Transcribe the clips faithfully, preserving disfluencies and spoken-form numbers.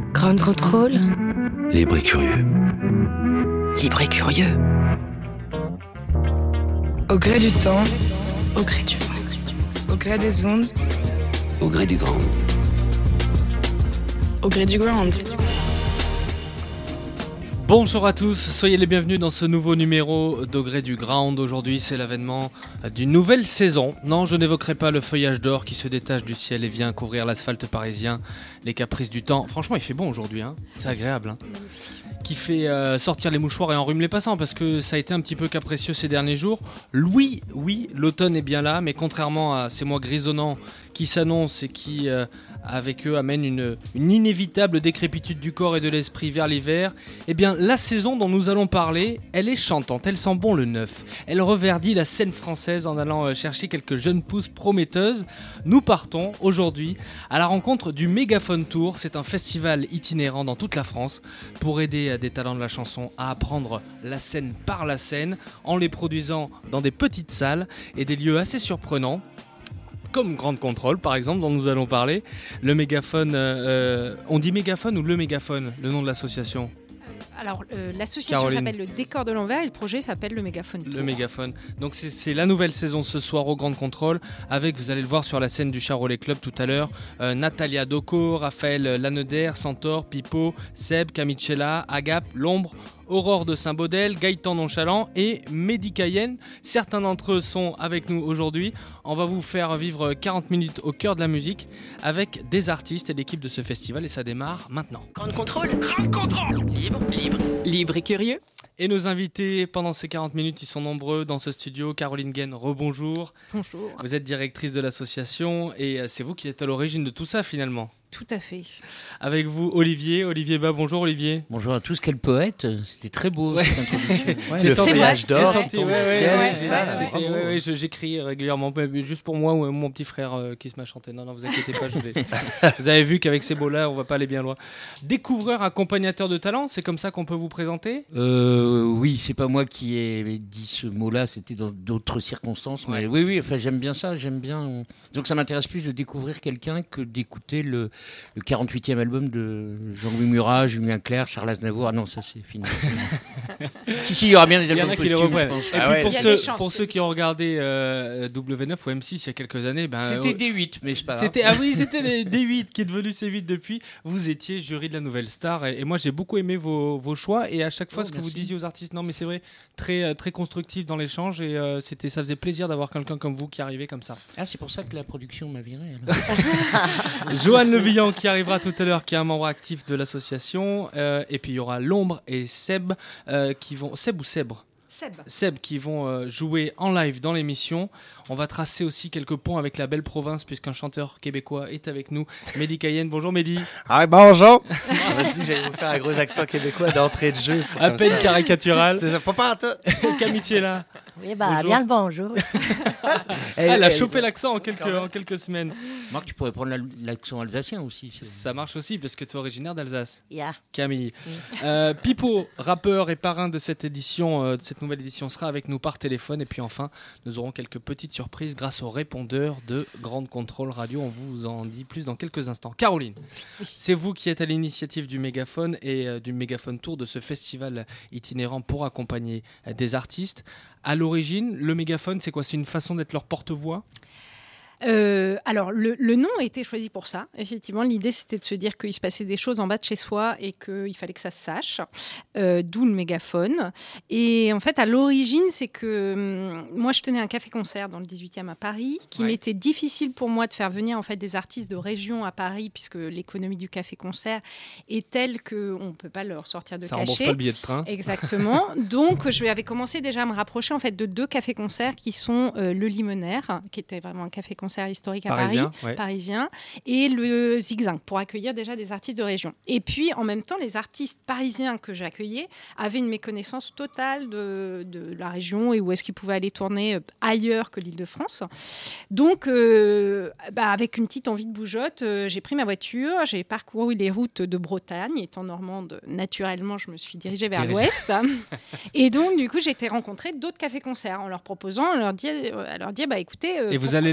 Ground Control. Libre et curieux. Libre et curieux. Au gré du temps, Au gré du vent. au gré des ondes, Au gré du grand. Au gré du ground. Bonjour à tous, soyez les bienvenus dans ce nouveau numéro d'Au gré du ground. Aujourd'hui, c'est l'avènement d'une nouvelle saison. Non, je n'évoquerai pas le feuillage d'or qui se détache du ciel et vient couvrir l'asphalte parisien, les caprices du temps. Franchement, il fait bon aujourd'hui, hein. C'est agréable, hein. Qui fait euh, sortir les mouchoirs et enrhume les passants parce que ça a été un petit peu capricieux ces derniers jours. Oui, oui, l'automne est bien là, mais contrairement à ces mois grisonnants qui s'annoncent et qui, euh, avec eux, amènent une, une inévitable décrépitude du corps et de l'esprit vers l'hiver, eh bien, la saison dont nous allons parler, elle est chantante, elle sent bon le neuf. Elle reverdit la scène française en allant euh, chercher quelques jeunes pousses prometteuses. Nous partons aujourd'hui à la rencontre du Mégaphone Tour. C'est un festival itinérant dans toute la France pour aider des talents de la chanson à apprendre la scène par la scène en les produisant dans des petites salles et des lieux assez surprenants comme Ground Control par exemple dont nous allons parler. Le mégaphone, euh, on dit mégaphone ou le mégaphone, le nom de l'association? Alors, euh, l'association Caroline. s'appelle le Décor de l'envers et le projet s'appelle le Mégaphone Tour. Le mégaphone. Donc c'est, c'est la nouvelle saison ce soir au Grand Contrôle avec, vous allez le voir sur la scène du Charolais Club tout à l'heure, euh, Natalia Doco, Raphaël Lanneder, Centaure, Pipo, Seb, Camicella, Agap, L'Ombre, Aurore de Saint-Baudel, Gaëtan Nonchalant et Mehdi Cayenne. Certains d'entre eux sont avec nous aujourd'hui. On va vous faire vivre quarante minutes au cœur de la musique avec des artistes et l'équipe de ce festival et ça démarre maintenant. Ground Control. Ground Control. Libre, libre. Libre et curieux. Et nos invités pendant ces quarante minutes, ils sont nombreux dans ce studio. Caroline Gaine, rebonjour. Bonjour. Vous êtes directrice de l'association et c'est vous qui êtes à l'origine de tout ça finalement. Tout à fait. Avec vous, Olivier. Olivier Bas, bonjour Olivier. Bonjour à tous, quel poète, c'était très beau Ouais. cette introduction. Ouais, J'ai le senti- feuillage c'est d'or vrai. qui tombe Ouais, du ouais, ciel, ouais, tout ouais, ça. c'était- ouais, ouais, je- j'écris régulièrement, mais juste pour moi ou mon petit frère euh, qui se m'a chanté. Non, non, vous inquiétez pas, je vais. Vous avez vu qu'avec ces mots-là, on va pas aller bien loin. Découvreur, accompagnateur de talent, c'est comme ça qu'on peut vous présenter? Euh, oui, c'est pas moi qui ai dit ce mot-là, c'était dans d'autres circonstances, mais Ouais. oui, oui, enfin j'aime bien ça, j'aime bien. Donc ça m'intéresse plus de découvrir quelqu'un que d'écouter le, le quarante-huitième album de Jean-Louis Murat, Julien Clerc, Charles Aznavour. Ah non, ça c'est fini. si, si, il y aura bien des Il y en albums a qui les posthumes, je reprennent. pense. Et Ah puis ouais. pour, Il y a ceux, des chances, pour ceux oui. qui ont regardé euh, W neuf ou M six il y a quelques années, ben, C'était euh, D huit, mais c'est pas grave. C'était, ah oui, c'était des D huit qui est devenu C huit depuis. Vous étiez jury de la Nouvelle Star et, et moi j'ai beaucoup aimé vos, vos choix et à chaque fois Oh, ce que vous merci. disiez aux artistes, non mais c'est vrai, très, euh, très constructif dans l'échange et euh, c'était, ça faisait plaisir d'avoir quelqu'un comme vous qui arrivait comme ça. Ah, c'est pour ça que la production m'a viré. Alors. Joanne Levillan qui arrivera tout à l'heure, qui est un membre actif de l'association euh, et puis il y aura L'Ombre et Seb euh, qui vont... Seb ou Sèbre Seb. Seb qui vont euh, jouer en live dans l'émission. On va tracer aussi quelques ponts avec la belle province puisqu'un chanteur québécois est avec nous. Mehdi Cayenne, bonjour Mehdi. Ah, bonjour! Ah, vas-y, j'allais vous faire un gros accent québécois d'entrée de jeu. pour À comme peine ça. caricatural. C'est ça, pas pas en tout. Camicella. Oui, bah, Bonjour. bien le bonjour. Elle a chopé l'accent en quelques, en quelques semaines. Marc, tu pourrais prendre la- l'accent alsacien aussi. c'est- Ça marche aussi parce que tu es originaire d'Alsace. Yeah. Camille. Euh, Pipo, rappeur et parrain de cette édition, euh, de cette nouvelle édition, sera avec nous par téléphone. Et puis enfin, nous aurons quelques petites surprises grâce au répondeur de Grande Contrôle Radio. On vous en dit plus dans quelques instants. Caroline, c'est vous qui êtes à l'initiative du Mégaphone et euh, du Mégaphone Tour, de ce festival itinérant pour accompagner euh, des artistes. À l'origine, le Mégaphone, c'est quoi? C'est une façon d'être leur porte-voix? Euh, alors, le, le nom a été choisi pour ça. Effectivement, l'idée, c'était de se dire qu'il se passait des choses en bas de chez soi et qu'il fallait que ça se sache, euh, d'où le mégaphone. Et en fait, à l'origine, c'est que hum, moi, je tenais un café-concert dans le dix-huitième à Paris, qui Ouais. m'était difficile pour moi de faire venir en fait, des artistes de région à Paris, puisque l'économie du café-concert est telle qu'on ne peut pas leur sortir de Ça rembourse cachet. pas le billet de train. Exactement. Donc, je avais commencé déjà à me rapprocher en fait de deux cafés-concerts qui sont euh, le Limonaire, qui était vraiment un café-concert historique à Parisien, Paris, ouais. parisien, et le Zigzag pour accueillir déjà des artistes de région. Et puis, en même temps, les artistes parisiens que j'accueillais avaient une méconnaissance totale de, de la région et où est-ce qu'ils pouvaient aller tourner euh, ailleurs que l'Île-de-France. Donc, euh, bah, avec une petite envie de bougeotte, euh, j'ai pris ma voiture, j'ai parcouru les routes de Bretagne. Étant normande, naturellement, je me suis dirigée vers Dirigée. l'ouest. Et donc, du coup, j'ai été rencontrer d'autres cafés-concerts en leur proposant, à leur dire, à leur dire bah, écoutez... euh, Et vous pour- allez les voir en leur disant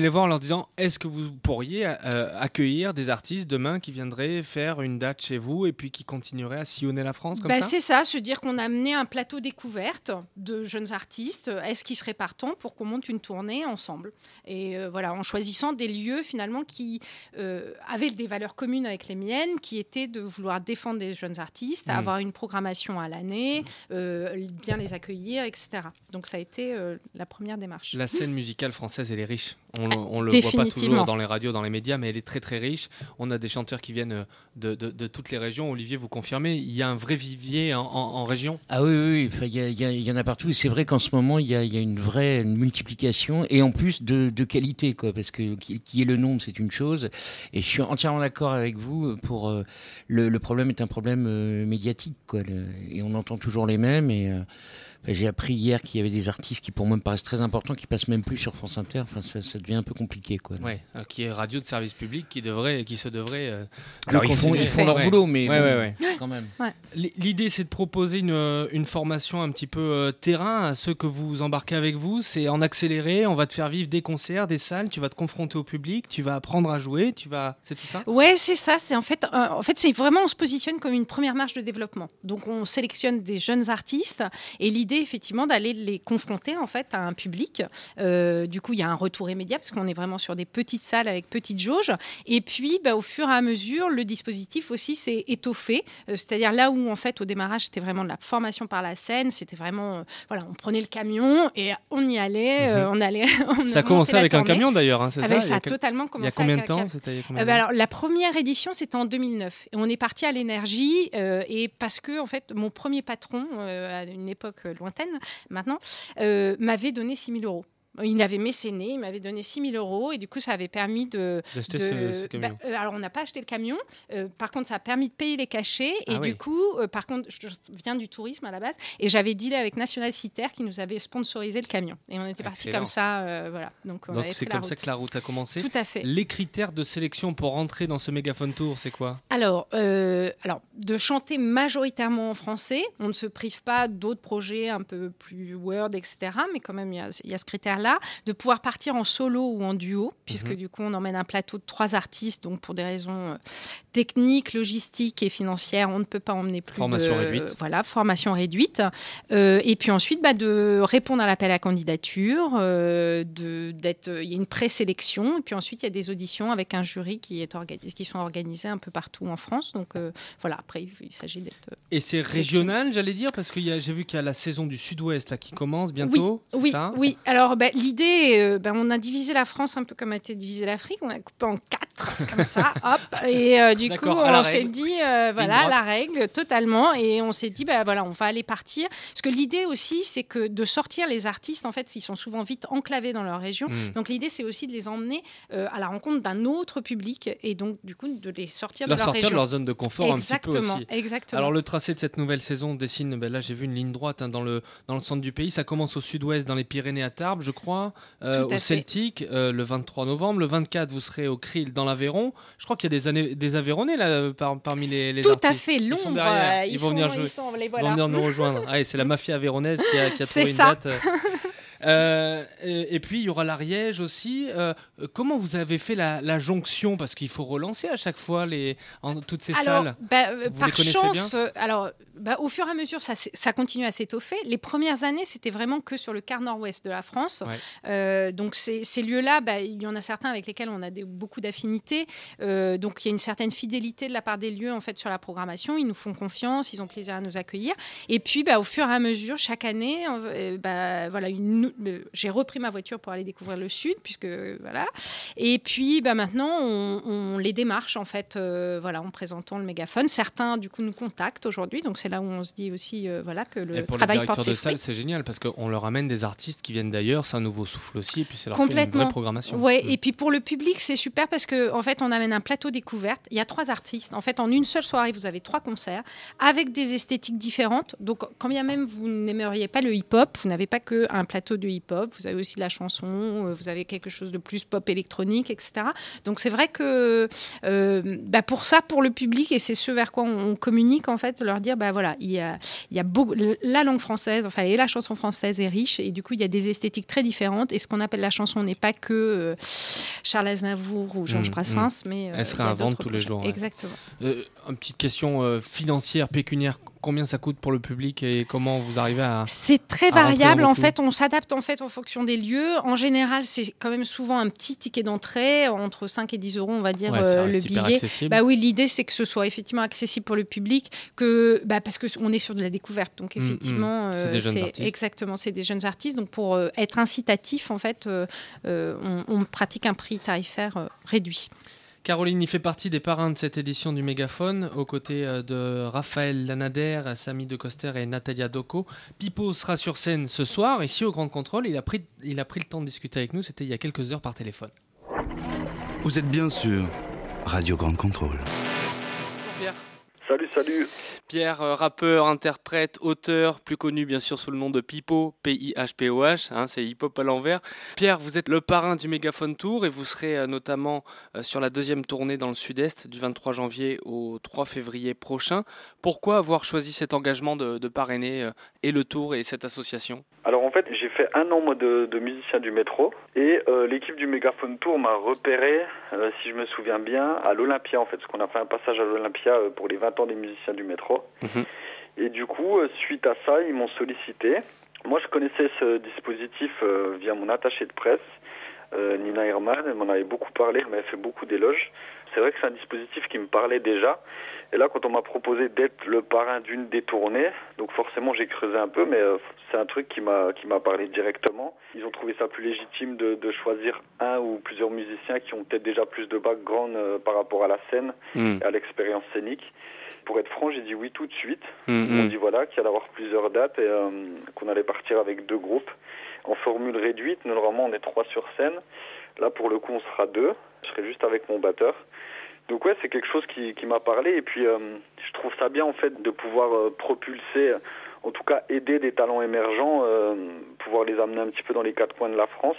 disant est-ce que vous pourriez euh, accueillir des artistes demain qui viendraient faire une date chez vous et puis qui continueraient à sillonner la France comme bah, ça ? C'est ça, se dire qu'on a amené un plateau découverte de jeunes artistes. Est-ce qu'ils seraient partants pour qu'on monte une tournée ensemble ? Et euh, voilà, en choisissant des lieux finalement qui euh, avaient des valeurs communes avec les miennes, qui étaient de vouloir défendre des jeunes artistes, mmh. avoir une programmation à l'année, euh, bien les accueillir, et cetera. Donc ça a été euh, la première démarche. La scène musicale française, elle est riche. On, ah, on le voit pas toujours dans les radios, dans les médias, mais elle est très très riche. On a des chanteurs qui viennent de, de, de toutes les régions. Olivier, vous confirmez, il y a un vrai vivier en, en, en région ? Ah oui, oui, oui. Enfin, il y, y, y en a partout. Et c'est vrai qu'en ce moment, il y a, y a une vraie une multiplication et en plus de, de qualité, quoi, parce que qui, qui est le nombre, c'est une chose. Et je suis entièrement d'accord avec vous. Pour euh, le, le problème est un problème euh, médiatique, quoi. Le, et on entend toujours les mêmes. Et euh, j'ai appris hier qu'il y avait des artistes qui, pour moi, me paraissent très importants, qui passent même plus sur France Inter. Enfin, ça, ça devient un peu compliqué, quoi. Ouais, alors, qui est radio de service public, qui devrait, qui se devrait. Euh, alors ils font, ils font leur ouais. boulot, mais ouais, bon, ouais, ouais. quand même. Ouais. L'idée, c'est de proposer une, une formation un petit peu euh, terrain à ceux que vous embarquez avec vous. C'est en accéléré. On va te faire vivre des concerts, des salles. Tu vas te confronter au public. Tu vas apprendre à jouer. Tu vas, c'est tout ça ? Ouais, c'est ça. C'est en fait, euh, en fait, c'est vraiment, on se positionne comme une première marche de développement. Donc, on sélectionne des jeunes artistes et l'idée, effectivement, d'aller les confronter en fait à un public. Euh, du coup, il y a un retour immédiat parce qu'on est vraiment sur des petites salles avec petites jauges. Et puis, bah, au fur et à mesure, le dispositif aussi s'est étoffé. Euh, c'est-à-dire là où en fait au démarrage c'était vraiment de la formation par la scène, c'était vraiment euh, voilà, on prenait le camion et on y allait, euh, on allait. On ça a commencé avec tournée. un camion d'ailleurs, hein, c'est ah ça. Ben, ça a quel... totalement commencé. Il y a combien de avec temps un... c'était combien euh, bah, alors, la première édition c'était en deux mille neuf et on est parti à l'énergie euh, et parce que en fait mon premier patron euh, à une époque lointaine maintenant euh, m'avait donné six mille euros. Il avait mécéné, il m'avait donné six mille euros et du coup ça avait permis de... d'acheter de, ce, ce camion. Bah, euh, alors on n'a pas acheté le camion, euh, par contre ça a permis de payer les cachets et ah, du oui. coup, euh, par contre je viens du tourisme à la base et j'avais dealé avec National Citer qui nous avait sponsorisé le camion et on était parti comme ça, euh, voilà. Donc, on Donc avait c'est comme ça que la route a commencé. Tout à fait. Les critères de sélection pour rentrer dans ce Mégaphone Tour, c'est quoi ? Alors, euh, alors, de chanter majoritairement en français, on ne se prive pas d'autres projets un peu plus Word, et cetera. Mais quand même, il y a, il y a ce critère-là. De pouvoir partir en solo ou en duo, puisque mm-hmm. du coup, on emmène un plateau de trois artistes. Donc, pour des raisons euh, techniques, logistiques et financières, on ne peut pas emmener plus formation de... réduite. Euh, voilà, formation réduite. Euh, et puis ensuite, bah, de répondre à l'appel à candidature. Euh, de, d'être, il y a une présélection. Et puis ensuite, il y a des auditions avec un jury qui, est organi- qui sont organisés un peu partout en France. Donc, euh, voilà, après, il s'agit d'être... Euh, et c'est régional, j'allais dire, parce que y a, j'ai vu qu'il y a la saison du Sud-Ouest là, qui commence bientôt. Oui, oui, ça oui. Alors, bah, l'idée, euh, bah, on a divisé la France un peu comme a été divisée l'Afrique. On a coupé en quatre, comme ça, hop. Et euh, du D'accord, coup, on règle. s'est dit, euh, voilà, la règle, totalement. Et on s'est dit, bah, voilà, on va aller partir. Parce que l'idée aussi, c'est que de sortir les artistes, en fait, ils sont souvent vite enclavés dans leur région. Mmh. Donc, l'idée, c'est aussi de les emmener euh, à la rencontre d'un autre public. Et donc, du coup, de les sortir leur de leur sortir région. de leur zone de confort exactement, un petit peu aussi. Exactement. Alors, le tracé de cette nouvelle saison dessine, ben là, j'ai vu une ligne droite hein, dans, le, dans le centre du pays. Ça commence au sud-ouest, dans les Pyrénées à Tarbes, je crois, euh, au Celtic, euh, le vingt-trois novembre. Le vingt-quatre, vous serez au Krill, dans l'Aveyron. Je crois qu'il y a des, années, des Aveyronnais là, par, parmi les, les Tout artistes. à fait, l'ombre. Ils sont derrière. Ils, ils vont sont, venir jouer. Ils, sont, les voilà. Ils vont venir nous rejoindre. Ah, c'est la mafia aveyronnaise qui a, qui a trouvé c'est une ça. date. Euh, et, et puis il y aura l'Ariège aussi. Euh, comment vous avez fait la, la jonction, parce qu'il faut relancer à chaque fois les, en, toutes ces alors, salles. Bah, euh, vous par les connaissez chance, bien euh, alors bah, au fur et à mesure, ça, ça continue à s'étoffer. Les premières années, c'était vraiment que sur le quart nord-ouest de la France. Ouais. Euh, donc ces, ces lieux-là, bah, il y en a certains avec lesquels on a des, beaucoup d'affinités. Euh, donc il y a une certaine fidélité de la part des lieux en fait sur la programmation. Ils nous font confiance, ils ont plaisir à nous accueillir. Et puis bah, au fur et à mesure, chaque année, euh, bah, voilà, une, euh, j'ai repris ma voiture pour aller découvrir le sud, puisque voilà. Et puis bah, maintenant, on, on les démarche en fait, euh, voilà, en présentant le mégaphone. Certains du coup nous contactent aujourd'hui, donc c'est là où on se dit aussi euh, voilà, que le et pour travail les porte ses directeurs de fruits. salle, c'est génial parce qu'on leur amène des artistes qui viennent d'ailleurs, c'est un nouveau souffle aussi, et puis c'est leur fait une vraie programmation. Ouais, mmh. Et puis pour le public, c'est super parce que en fait, on amène un plateau découverte. Il y a trois artistes. En fait, en une seule soirée, vous avez trois concerts avec des esthétiques différentes. Donc, quand bien même vous n'aimeriez pas le hip-hop, vous n'avez pas que un plateau de hip-hop, vous avez aussi de la chanson, euh, vous avez quelque chose de plus pop électronique, et cetera. Donc c'est vrai que euh, bah pour ça, pour le public, et c'est ce vers quoi on, on communique en fait, leur dire bah voilà, il y a, il y a beaucoup, la langue française, enfin et la chanson française est riche et du coup il y a des esthétiques très différentes et ce qu'on appelle la chanson n'est pas que euh, Charles Aznavour ou Georges mmh, Brassens, mmh. mais euh, elle se réinvente tous les jours. Ouais. Exactement. Euh, une petite question euh, financière, pécuniaire. Combien ça coûte pour le public et comment vous arrivez à... C'est très variable. En fait, on s'adapte en fait en fonction des lieux. En général, c'est quand même souvent un petit ticket d'entrée, entre cinq et dix euros, on va dire, ouais, euh, le billet. Bah oui, l'idée, c'est que ce soit effectivement accessible pour le public, que, bah, parce qu'on est sur de la découverte. Donc, effectivement, mmh, mmh. c'est des jeunes c'est, artistes. Exactement, c'est des jeunes artistes. Donc, pour euh, être incitatif, en fait, euh, euh, on, on pratique un prix tarifaire euh, réduit. Caroline y fait partie des parrains de cette édition du Mégaphone, aux côtés de Raphaël Lanader, Samy De Coster et Natalia Doko. Pipo sera sur scène ce soir, ici au Grand Contrôle. Il a pris, il a pris le temps de discuter avec nous, c'était il y a quelques heures par téléphone. Vous êtes bien sûr Radio Grand Contrôle. Pierre. Salut, salut. Pierre, euh, rappeur, interprète, auteur, plus connu bien sûr sous le nom de Pipo, P I H P O H, hein, c'est hip-hop à l'envers. Pierre, vous êtes le parrain du Mégaphone Tour et vous serez euh, notamment euh, sur la deuxième tournée dans le Sud-Est du vingt-trois janvier au trois février prochain. Pourquoi avoir choisi cet engagement de, de parrainer euh, et le Tour et cette association ? Alors en fait, j'ai fait un an moi, de, de musicien du métro et euh, l'équipe du Mégaphone Tour m'a repéré, euh, si je me souviens bien, à l'Olympia en fait, parce qu'on a fait un passage à l'Olympia euh, pour les vingt ans des musiciens du métro. Mmh. Et du coup, euh, suite à ça, ils m'ont sollicité. Moi, je connaissais ce dispositif euh, via mon attaché de presse, euh, Nina Herman. Elle m'en avait beaucoup parlé, elle m'avait fait beaucoup d'éloges. C'est vrai que c'est un dispositif qui me parlait déjà. Et là, quand on m'a proposé d'être le parrain d'une des tournées, donc forcément j'ai creusé un peu, mais euh, c'est un truc qui m'a qui m'a parlé directement. Ils ont trouvé ça plus légitime de, de choisir un ou plusieurs musiciens qui ont peut-être déjà plus de background euh, par rapport à la scène mmh. et à l'expérience scénique. Pour être franc, j'ai dit oui tout de suite. Mmh. Ils m'ont dit voilà, qu'il y allait avoir plusieurs dates et euh, qu'on allait partir avec deux groupes. En formule réduite, normalement on est trois sur scène. Là pour le coup on sera deux. Je serai juste avec mon batteur. Donc ouais, c'est quelque chose qui, qui m'a parlé et puis euh, je trouve ça bien en fait de pouvoir euh, propulser, en tout cas aider des talents émergents, euh, pouvoir les amener un petit peu dans les quatre coins de la France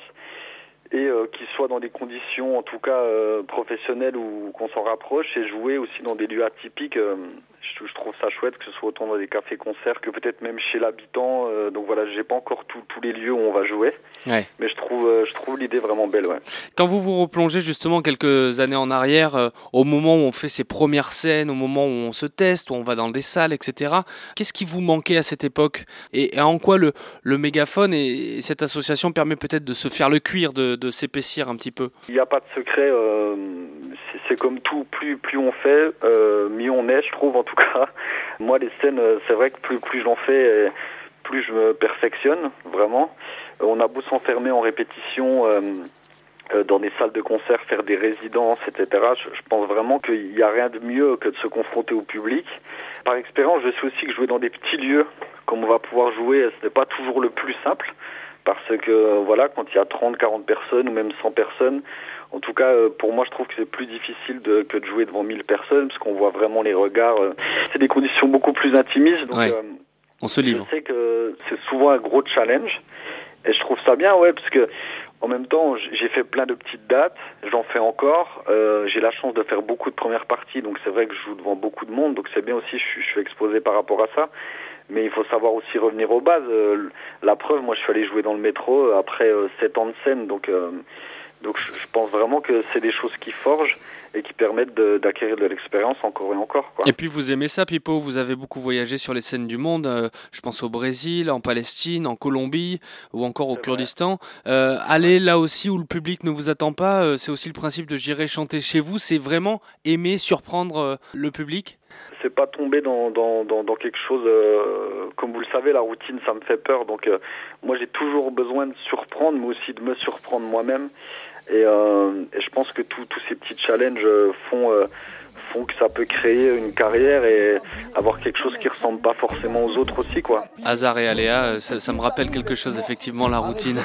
et euh, qu'ils soient dans des conditions en tout cas euh, professionnelles ou qu'on s'en rapproche et jouer aussi dans des lieux atypiques. Euh, je, je trouve ça chouette que ce soit autant dans des cafés-concerts que peut-être même chez l'habitant. Euh, donc voilà, j'ai pas encore tous les lieux où on va jouer, ouais. mais je trouve, euh, je trouve l'idée vraiment belle. Ouais. Quand vous vous replongez justement quelques années en arrière, euh, au moment où on fait ses premières scènes, au moment où on se teste, où on va dans des salles, et cetera, qu'est-ce qui vous manquait à cette époque et, et en quoi le, le Mégaphone et, et cette association permet peut-être de se faire le cuir, de, de s'épaissir un petit peu? Il n'y a pas de secret, euh, c'est, c'est comme tout, plus, plus on fait, euh, mieux on est, je trouve en tout cas. Moi les scènes, c'est vrai que plus, plus j'en fais, plus je me perfectionne, vraiment. On a beau s'enfermer en répétition, euh, euh, dans des salles de concert, faire des résidences, et cetera. Je, je pense vraiment qu'il n'y a rien de mieux que de se confronter au public. Par expérience, je sais aussi que jouer dans des petits lieux, comme on va pouvoir jouer, ce n'est pas toujours le plus simple. Parce que voilà, quand il y a trente, quarante personnes ou même cent personnes, en tout cas pour moi je trouve que c'est plus difficile de, que de jouer devant mille personnes parce qu'on voit vraiment les regards. C'est des conditions beaucoup plus intimistes. Donc, ouais. euh, on se livre. Je sais que c'est souvent un gros challenge et je trouve ça bien, ouais, parce que en même temps j'ai fait plein de petites dates, j'en fais encore. Euh, j'ai la chance de faire beaucoup de premières parties, donc c'est vrai que je joue devant beaucoup de monde, donc c'est bien aussi, je suis, je suis exposé par rapport à ça. Mais il faut savoir aussi revenir aux bases. Euh, la preuve, moi je suis allé jouer dans le métro après euh, sept ans de scène, donc, euh, donc je, je pense vraiment que c'est des choses qui forgent et qui permettent de, d'acquérir de l'expérience encore et encore. Quoi. Et puis vous aimez ça, Pipo, vous avez beaucoup voyagé sur les scènes du monde, euh, je pense au Brésil, en Palestine, en Colombie ou encore au c'est Kurdistan. Euh, aller là aussi où le public ne vous attend pas, euh, c'est aussi le principe de j'irai chanter chez vous, c'est vraiment aimer surprendre euh, le public? C'est pas tomber dans, dans, dans, dans quelque chose, euh, comme vous le savez, la routine ça me fait peur, donc euh, moi j'ai toujours besoin de surprendre, mais aussi de me surprendre moi-même, et, euh, et je pense que tous ces petits challenges font, euh, font que ça peut créer une carrière et avoir quelque chose qui ressemble pas forcément aux autres aussi, quoi. Hasard et aléa, ça, ça me rappelle quelque chose, effectivement, la routine.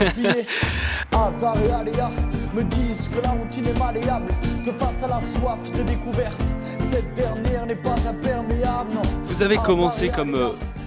Hasard et aléa me disent que la routine est malléable, que face à la soif de découverte, cette dernière n'est pas imperméable. Non. Vous avez commencé comme euh,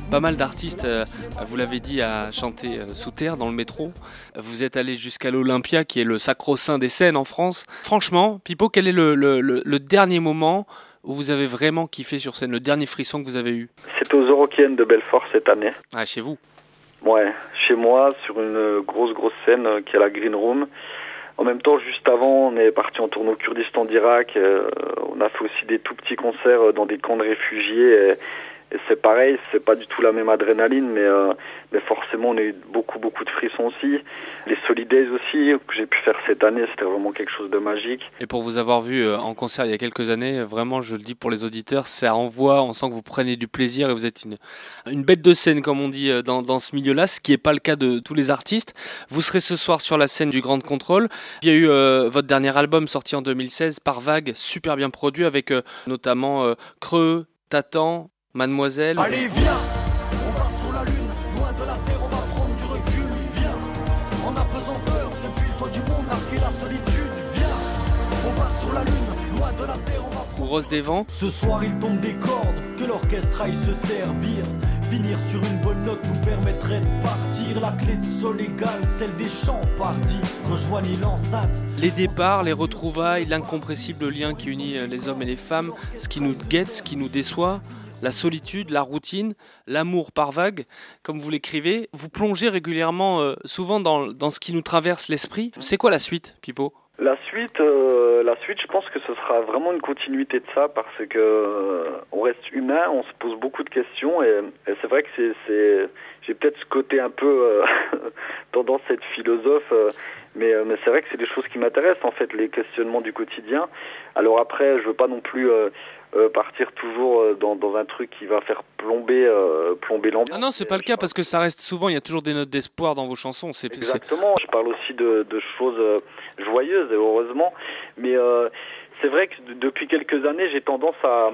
pas mal d'artistes, euh, vous l'avez dit, à chanter euh, sous terre dans le métro. Vous êtes allé jusqu'à l'Olympia, qui est le sacro-saint des scènes en France. Franchement, Pipo, quel est le, le, le, le dernier moment où vous avez vraiment kiffé sur scène, le dernier frisson que vous avez eu? C'était aux Eurokéennes de Belfort cette année. Ah, chez vous? Ouais, chez moi, sur une grosse grosse scène euh, qui est la Green Room. En même temps, juste avant, on est parti en tournée au Kurdistan d'Irak. Euh, on a fait aussi des tout petits concerts dans des camps de réfugiés. Et, et c'est pareil, c'est pas du tout la même adrénaline, mais, euh, mais forcément, on a eu beaucoup beaucoup de frissons aussi. Les Solidays aussi, que j'ai pu faire cette année, c'était vraiment quelque chose de magique. Et pour vous avoir vu en concert il y a quelques années, vraiment, je le dis pour les auditeurs, ça envoie, on sent que vous prenez du plaisir et vous êtes une, une bête de scène, comme on dit dans, dans ce milieu-là, ce qui n'est pas le cas de tous les artistes. Vous serez ce soir sur la scène du Grand Contrôle. Il y a eu euh, votre dernier album sorti en deux mille seize, Par Vague, super bien produit, avec euh, notamment euh, Creux, Tatan, Mademoiselle. Allez, viens, on va sur la lune, loin de la terre, on va prendre du recul. Viens, on a pesanteur depuis le toit du monde, marquer la solitude. Viens, on va sur la lune, loin de la terre, on va prendre. Rose des Vents. Ce soir, il tombe des cordes, que l'orchestre aille se servir. Finir sur une bonne note nous permettrait de partir. La clé de sol égale celle des champs partis. Rejoignez l'enceinte. Les départs, les retrouvailles, l'incompressible lien qui unit les hommes et les femmes, ce qui nous guette, ce qui nous déçoit. La solitude, la routine, l'amour par vague, comme vous l'écrivez, vous plongez régulièrement, euh, souvent dans, dans ce qui nous traverse l'esprit. C'est quoi la suite, Pipo ? La suite, euh, la suite, je pense que ce sera vraiment une continuité de ça, parce que euh, on reste humain, on se pose beaucoup de questions, et, et c'est vrai que c'est, c'est, j'ai peut-être ce côté un peu euh, tendance à être philosophe. Euh, Mais, euh, mais c'est vrai que c'est des choses qui m'intéressent, en fait, les questionnements du quotidien. Alors après, je veux pas non plus euh, euh, partir toujours euh, dans, dans un truc qui va faire plomber, euh, plomber l'ambiance. Ah non, c'est pas le cas, parce que ça reste souvent, il y a toujours des notes d'espoir dans vos chansons. C'est, Exactement, c'est... je parle aussi de, de choses euh, joyeuses, et heureusement. Mais euh, c'est vrai que depuis quelques années, j'ai tendance à,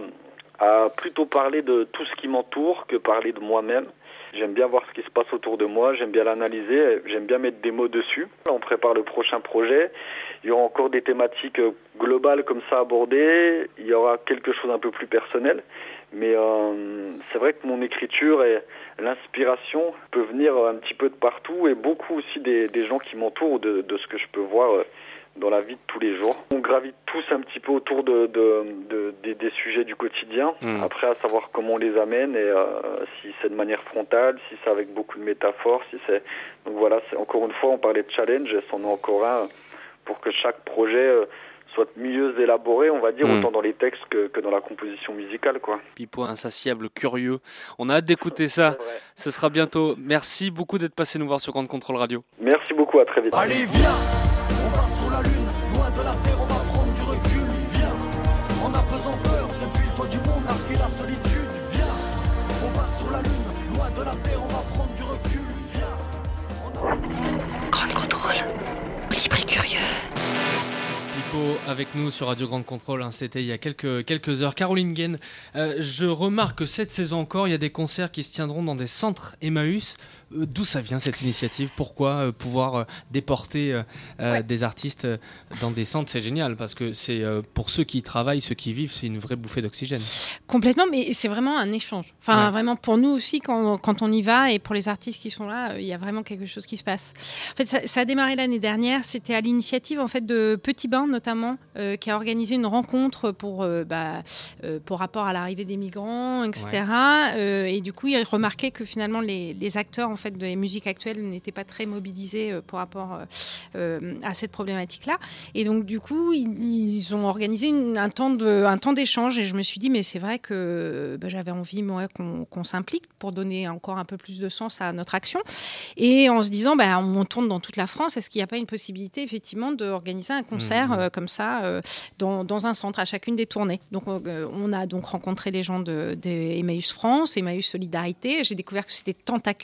à plutôt parler de tout ce qui m'entoure que parler de moi-même. J'aime bien voir ce qui se passe autour de moi, j'aime bien l'analyser, j'aime bien mettre des mots dessus. On prépare le prochain projet, il y aura encore des thématiques globales comme ça abordées, il y aura quelque chose un peu plus personnel. Mais euh, c'est vrai que mon écriture et l'inspiration peut venir un petit peu de partout, et beaucoup aussi des, des gens qui m'entourent, de, de ce que je peux voir dans la vie de tous les jours. On gravite tous un petit peu autour de, de, de, de des sujets du quotidien. Mmh. Après, à savoir comment on les amène, et euh, si c'est de manière frontale, si c'est avec beaucoup de métaphores, si c'est... Donc voilà, c'est, encore une fois, on parlait de challenge, et c'en est encore un pour que chaque projet euh, soit mieux élaboré, on va dire, mmh. autant dans les textes que, que dans la composition musicale, quoi. Pipo, insatiable, curieux. On a hâte d'écouter ça. Ce sera bientôt. Merci beaucoup d'être passé nous voir sur Grand Contrôle Radio. Merci beaucoup, à très vite. Allez, viens, on va sur la lune, loin de la terre, on va prendre du recul. Viens, on a pesanteur depuis le toit du monde, marquer la solitude. Viens, on va sur la lune, loin de la terre, on va prendre du recul. Viens, on a... Grand Contrôle, libre et curieux. Pipo avec nous sur Radio Grand Contrôle, hein, c'était il y a quelques, quelques heures. Caroline Gaine, euh, je remarque que cette saison encore, il y a des concerts qui se tiendront dans des centres Emmaüs. Euh, d'où ça vient cette initiative ? Pourquoi euh, pouvoir euh, déporter euh, ouais. des artistes euh, dans des centres ? C'est génial, parce que c'est euh, pour ceux qui y travaillent, ceux qui y vivent, c'est une vraie bouffée d'oxygène. Complètement, mais c'est vraiment un échange. Enfin, ouais. vraiment pour nous aussi, quand, quand on y va, et pour les artistes qui sont là, il y a vraiment quelque chose qui se passe. En fait, ça, ça a démarré l'année dernière. C'était à l'initiative en fait de Petit Bain notamment, euh, qui a organisé une rencontre pour euh, bah, euh, pour rapport à l'arrivée des migrants, et cetera. Ouais. Euh, et du coup, il remarquait que finalement les, les acteurs en fait de musique actuelle n'étaient pas très mobilisés euh, par rapport euh, à cette problématique-là. Et donc du coup, ils, ils ont organisé une, un temps de un temps d'échange. Et je me suis dit, mais c'est vrai que bah, j'avais envie moi qu'on, qu'on s'implique pour donner encore un peu plus de sens à notre action. Et en se disant, bah, on tourne dans toute la France. Est-ce qu'il n'y a pas une possibilité effectivement d'organiser un concert mmh. euh, comme ça euh, dans, dans un centre à chacune des tournées. Donc euh, on a donc rencontré les gens de, de Emmaüs France, Emmaüs Solidarité. J'ai découvert que c'était tentaculaire. Il y avait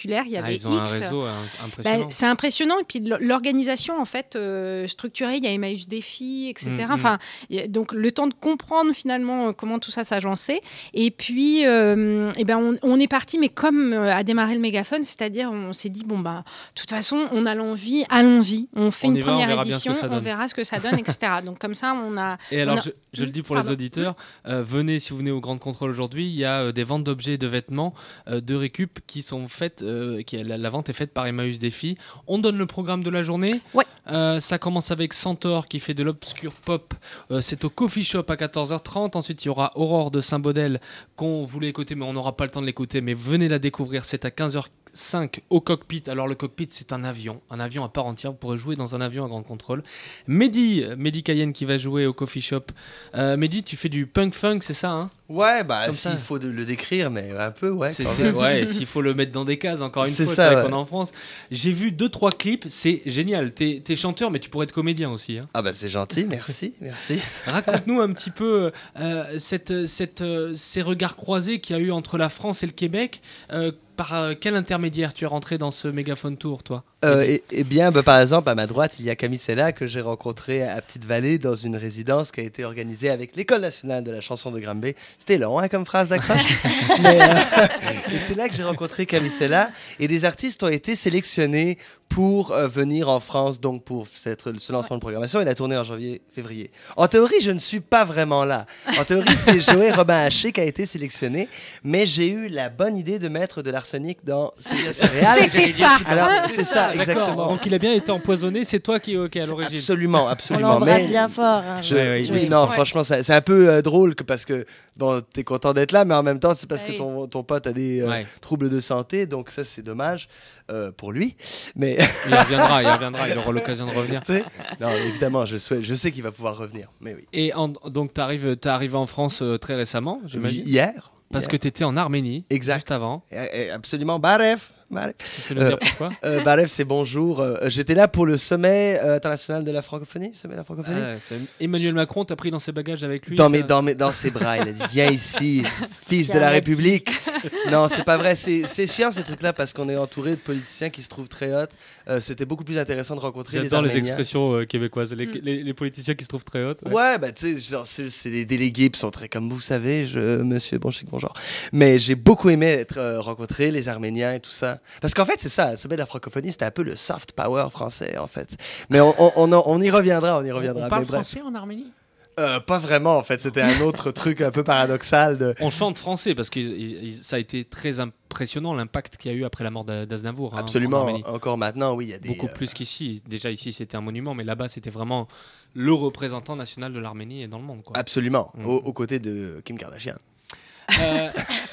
Ah, et ils ont un X. réseau euh, impressionnant. Bah, c'est impressionnant. Et puis l'organisation, en fait, euh, structurée, il y a Emmaüs Défi, et cetera. Mm, enfin, y a, donc, le temps de comprendre finalement comment tout ça s'agençait. Et puis, euh, et ben, on, on est parti, mais comme euh, a démarré le mégaphone, c'est-à-dire, on s'est dit, bon, bah, de toute façon, on a l'envie, allons-y. On fait On une y va, on première verra bien édition, ce que ça on donne. verra ce que ça donne, et cetera. Donc, comme ça, on a. Et alors, on a... je, je le dis pour Pardon. les auditeurs, euh, venez, si vous venez au Grand Contrôle aujourd'hui, il y a euh, des ventes d'objets et de vêtements euh, de récup qui sont faites, euh, qui, la, la vente est faite par Emmaüs Défi. On donne le programme de la journée. Ouais. Euh, ça commence avec Centaure qui fait de l'obscur pop. Euh, c'est au Coffee Shop à quatorze heures trente. Ensuite, il y aura Aurore de Saint-Baudel qu'on voulait écouter, mais on n'aura pas le temps de l'écouter. Mais venez la découvrir. C'est à quinze heures cinq au cockpit. Alors le cockpit, c'est un avion, un avion à part entière. Vous pourrez jouer dans un avion à Grand Contrôle. Mehdi, Mehdi Cayenne qui va jouer au Coffee Shop. Euh, Mehdi, tu fais du punk funk, c'est ça, hein? Ouais, bah Comme s'il ça. faut de- le décrire, mais un peu, ouais. C'est, quand c'est- même. ouais, s'il faut le mettre dans des cases, encore une C'est fois, ça, c'est vrai ouais. qu'on est en France. J'ai vu deux trois clips, c'est génial. T'es, t'es chanteur, mais tu pourrais être comédien aussi. Hein. Ah bah c'est gentil, merci, merci. Raconte-nous un petit peu euh, cette, cette, euh, ces regards croisés qu'il y a eu entre la France et le Québec. Euh, par euh, quel intermédiaire tu es rentré dans ce mégaphone tour, toi? Euh, et, et bien, bah, par exemple, à ma droite, il y a Camille Sella que j'ai rencontré à Petite-Vallée dans une résidence qui a été organisée avec l'École nationale de la chanson de Granby. C'était long hein, comme phrase d'accroche. Mais, euh, et c'est là que j'ai rencontré Camille Sella. Et des artistes ont été sélectionnés pour euh, venir en France, donc pour cette, ce lancement de programmation et la tournée en janvier-février. En théorie, je ne suis pas vraiment là. En théorie, c'est Joël Robin Haché qui a été sélectionné, mais j'ai eu la bonne idée de mettre de l'arsenic dans Célia Céréales. C'était ça. Alors, c'est ça, D'accord. exactement. Donc il a bien été empoisonné, c'est toi qui, qui est à C'est l'origine. Absolument, On absolument. l'embrasse Mais bien fort. hein. je- Ouais, ouais, oui, oui. non, Ouais. franchement, c'est c'est un peu euh, drôle que parce que bon, t'es content d'être là, mais en même temps, c'est parce Ah que oui. ton, ton pote a des euh, Ouais. troubles de santé, donc ça, c'est dommage euh, pour lui. Mais Il reviendra, il reviendra, il aura l'occasion de revenir. tu sais, non, évidemment, je, souhaite, je sais qu'il va pouvoir revenir. Mais oui. Et en- donc tu arrives, t'es arrivé en France euh, très récemment, j'imagine. Hier. Parce hier. que tu étais en Arménie, Exact. juste avant. Eh, eh, Absolument. Baref. Baref. Tu peux nous Euh, dire pourquoi? Euh, Baref, c'est bonjour. Euh, J'étais là pour le sommet euh, international de la francophonie. Sommet de la francophonie. Ah, t'as- Emmanuel Macron t'a pris dans ses bagages avec lui. Dans, mes, t'as- dans, mes, dans ses bras, il a dit viens ici, fils de Viens, la Mehdi. République. Non, c'est pas vrai, c'est c'est chiant ces trucs-là parce qu'on est entouré de politiciens qui se trouvent très hot. Euh, C'était beaucoup plus intéressant de rencontrer les J'adore les, Arméniens. expressions euh, québécoises, les, Mm. les- les politiciens qui se trouvent très hautes. ouais. Ouais, bah tu sais, genre, c'est c'est des délégués qui sont très comme vous savez, je, monsieur bon chic bonjour. Mais j'ai beaucoup aimé être euh, rencontré les Arméniens et tout ça. Parce qu'en fait, c'est ça, le sommet de la francophonie, c'était un peu le soft power français en fait. Mais on, on, on, en- on y reviendra, on y reviendra. On parle mais bref. français en Arménie? Euh, pas vraiment en fait, c'était un autre truc un peu paradoxal de. On chante français parce que il- il- ça a été très impressionnant l'impact qu'il y a eu après la mort d'A- d'Aznavour. hein, en Absolument, Arménie. encore maintenant, oui, il y a des. Beaucoup euh, plus qu'ici. Déjà ici c'était un monument, mais là-bas c'était vraiment le représentant national de l'Arménie et dans le monde. Quoi. Absolument, Mm. aux, aux côtés de Kim Kardashian. Euh,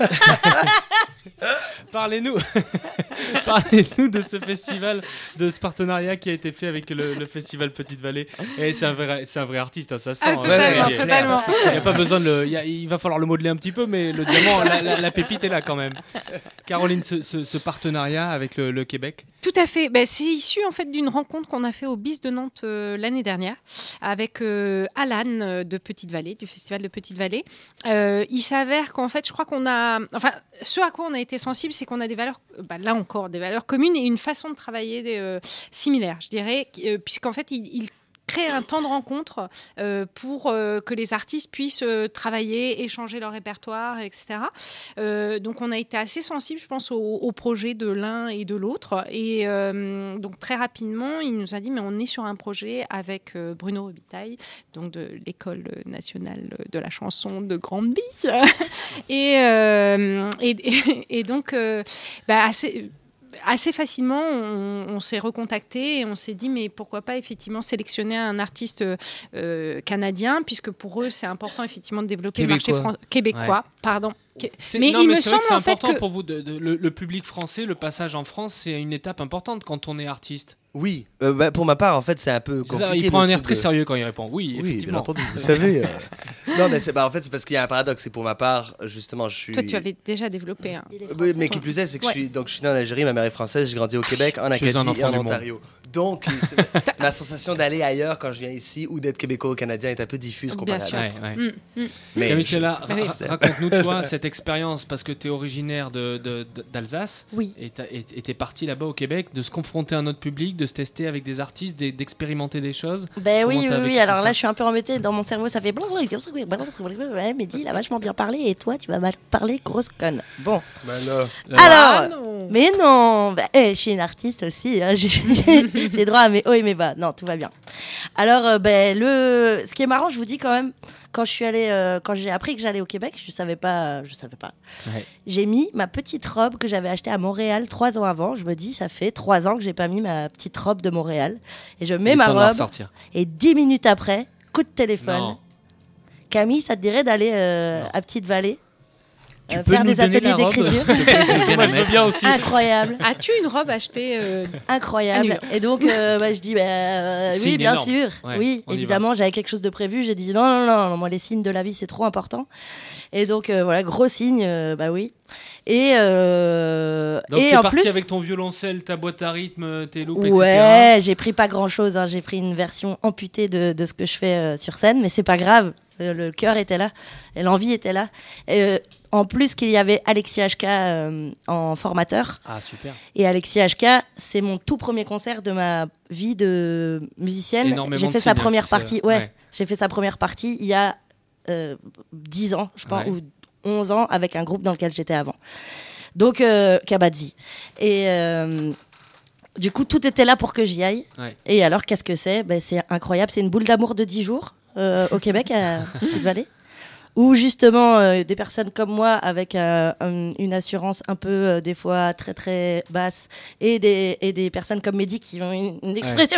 Parlez-nous, parlez-nous de ce festival, de ce partenariat qui a été fait avec le, le festival Petite Vallée. Et c'est un vrai, c'est un vrai artiste, hein, ça sent. Ah, hein. totalement, Il y a- totalement. Il y a pas besoin de le, il, y a- il va falloir le modeler un petit peu, mais le diamant, la, la- la pépite est là quand même. Caroline, ce, ce- ce partenariat avec le, le Québec. Tout à fait. Ben, c'est issu en fait d'une rencontre qu'on a fait au B I S de Nantes euh, l'année dernière avec euh, Alan euh, de Petite Vallée, du festival de Petite Vallée. Euh, il s'avère qu'en fait, je crois qu'on a, enfin, ce à quoi on a été sensible, c'est qu'on a des valeurs, euh, bah, là encore, des valeurs communes et une façon de travailler des, euh, similaire, je dirais, qui- euh, puisqu'en fait, il, il créer un temps de rencontre euh, pour euh, que les artistes puissent euh, travailler, échanger leur répertoire, et cetera. Euh, donc on a été assez sensible, je pense, au, au projet de l'un et de l'autre. Et euh, donc très rapidement, il nous a dit, mais on est sur un projet avec euh, Bruno Robitaille, donc de l'École nationale de la chanson de Granby. et, euh, et, et, et donc, euh, bah, assez... Assez facilement, on, on s'est recontacté et on s'est dit, mais pourquoi pas effectivement sélectionner un artiste euh, canadien, puisque pour eux, c'est important effectivement de développer Québécois. le marché fran- québécois. Ouais. Pardon. C'est- Mais non, il mais me c'est vrai semble que c'est en fait important que... pour vous. De, de- le, le public français, le passage en France, c'est une étape importante quand on est artiste. Oui, euh, bah, pour ma part, en fait, c'est un peu C'est compliqué. ça, il prend un air truc très de- sérieux quand il répond. Oui, Oui, bien effectivement. entendu, vous savez. euh. Non, mais c'est, bah, en fait, c'est parce qu'il y a un paradoxe. C'est pour ma part, justement, je suis. Toi, tu avais déjà développé un. Oui, mais qui plus est, c'est que Ouais. je suis donc je suis né en Algérie, ma mère est française, j'ai grandi au Québec, en Tu es un Acadie et enfant en du monde. Ontario. Donc, c'est- ma sensation d'aller ailleurs quand je viens ici ou d'être québécois ou canadien est un peu diffuse Bien comparée à sûr. d'autres. Ouais, ouais. Mm, mm. Mais Camille je- Chella, Ah oui. ra- raconte-nous toi cette expérience parce que tu es originaire de, de- de- d'Alsace Oui. et tu es parti là-bas au Québec, de se confronter à un autre public, de se tester avec des artistes, d'e- d'expérimenter des choses. Ben Comment oui, t'as oui, vécu oui. tout Alors ça là, je suis un peu embêtée. Dans mon cerveau, ça fait ouais, Mehdi, il a vachement bien parlé et toi, tu vas mal parler, grosse conne. Bon. Bah non. Alors, Ah non. mais non, bah, eh, je suis une artiste aussi. Hein, j'ai, j'ai- j'ai droit à mes hauts et mes bas. Non, tout va bien. Alors, euh, ben le, ce qui est marrant, je vous dis quand même, quand je suis allée, euh, quand j'ai appris que j'allais au Québec, je savais pas, je savais pas. Ouais. J'ai mis ma petite robe que j'avais achetée à Montréal trois ans avant. Je me dis, ça fait trois ans que j'ai pas mis ma petite robe de Montréal, et je mets Il est ma temps de la robe. ressortir. Et dix minutes après, coup de téléphone. Non. Camille, ça te dirait d'aller euh, Non. à Petite-Vallée Tu euh, peux faire nous des donner ateliers la robe d'écriture? Moi, je veux bien aussi. Incroyable, As-tu une robe achetée euh, incroyable. À New York. Et donc, euh, bah, je dis, bah, euh, Signe oui, bien énorme. sûr. Ouais, Oui, on y évidemment, j'avais quelque chose de prévu. J'ai dit, non, non, non, non, moi, les signes de la vie, c'est trop important. Et donc, euh, voilà, gros signe, euh, bah oui. Et, euh, Donc et t'es en parti plus, avec ton violoncelle, ta boîte à rythme, tes loupes, et cetera. ouais, j'ai pris pas grand-chose. Hein. J'ai pris une version amputée de, de ce que je fais euh, sur scène, mais c'est pas grave. Euh, le cœur était là, et l'envie était là. Et, euh, en plus qu'il y avait Alexis H K euh, en formateur. Ah super. Et Alexis H K, c'est mon tout premier concert de ma vie de musicienne. Énormément J'ai de fait sa signes, première qui se- partie. Ouais, ouais. j'ai fait sa première partie il y a euh, dix ans, je pense, Ouais. ou onze ans, avec un groupe dans lequel j'étais avant. Donc, euh, Kabadzi. Et euh, du coup, tout était là pour que j'y aille. Ouais. Et alors, qu'est-ce que c'est? Ben, c'est incroyable. C'est une boule d'amour de dix jours euh, au Québec, à Petite-Vallée. Où justement, euh, des personnes comme moi, avec euh, un- une assurance un peu, euh, des fois, très très basse, et des, et des personnes comme Mehdi qui ont une, une expression,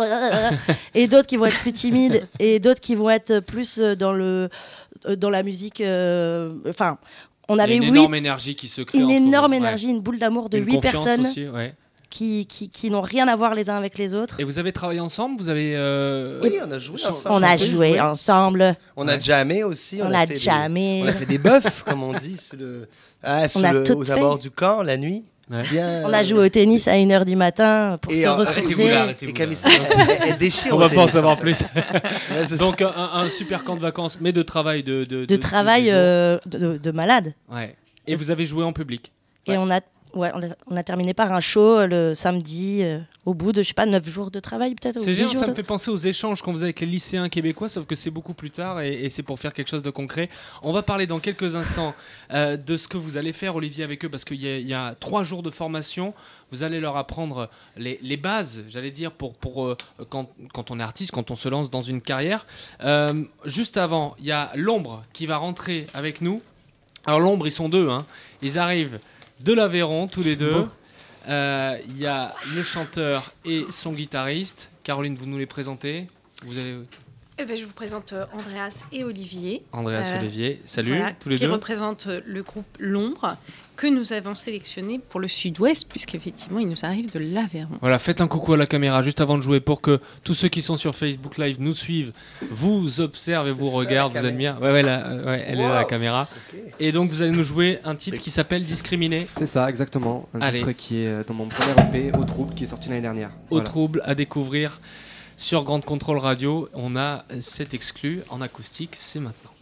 et d'autres qui vont être plus timides, et d'autres qui vont être plus euh, dans, le, euh, dans la musique. euh, Enfin, on Il y a avait une huit, énorme énergie qui se crée. une entre énorme vous. Ouais. énergie, une boule d'amour de Une huit confiance personnes aussi, ouais. qui, qui, qui n'ont rien à voir les uns avec les autres. Et vous avez travaillé ensemble? Vous avez. euh, Oui, on a joué chan- ensemble. On a chanté, joué ensemble, On a jamais aussi. on a fait des- jamais. On a fait des bœufs, comme on dit, sur le... ah, sur On a le- tout aux fait. abords du camp, la nuit. Ouais. Bien, On a joué au tennis à une heure du matin pour Et se en- Arrêtez-vous ressourcer. là, Et arrêtez-vous Camille, là. elle, elle- elle déchire On au va pas en tennis, savoir fait. plus. Ouais, c'est Donc un, un super camp de vacances, mais de travail de de, De travail de- de- euh, de, de malade. Ouais. Et vous avez joué en public. Et Ouais. on a, ouais, on a, on a terminé par un show euh, le samedi, euh, au bout de, je sais pas, neuf jours de travail peut-être. ou C'est huit génial, jours ça me de- fait penser aux échanges qu'on faisait avec les lycéens québécois, sauf que c'est beaucoup plus tard et, et c'est pour faire quelque chose de concret. On va parler dans quelques instants euh, de ce que vous allez faire, Olivier, avec eux, parce qu'il y, a- il y a trois jours de formation. Vous allez leur apprendre les, les bases, j'allais dire, pour, pour euh, quand, quand on est artiste, quand on se lance dans une carrière. Euh, juste avant, il y a l'Ombre qui va rentrer avec nous. Alors l'Ombre, ils sont deux, hein. Ils arrivent de l'Aveyron, tous les C'est deux. beau. Euh, Il y a le chanteur et son guitariste. Caroline, vous nous les présentez. Vous allez... Eh ben, je vous présente euh, Andreas et Olivier. Andreas, Euh, Olivier, salut, Voilà, tous les qui deux. représentent euh, le groupe L'Ombre, que nous avons sélectionné pour le Sud-Ouest, puisqu'effectivement, il nous arrive de l'Aveyron. Voilà, faites un coucou à la caméra juste avant de jouer pour que tous ceux qui sont sur Facebook Live nous suivent, vous observent et vous ça, regardent, la vous admirent. Ouais, ouais, là, euh, ouais, elle est là, la caméra. Ok. Et donc, vous allez nous jouer un titre qui s'appelle Discriminé, C'est ça, exactement. Un Allez. titre qui est euh, dans mon premier E P, Au Trouble, qui est sorti l'année dernière. au Voilà. trouble, à découvrir sur Grande Contrôle Radio. On a cet exclu en acoustique, c'est maintenant.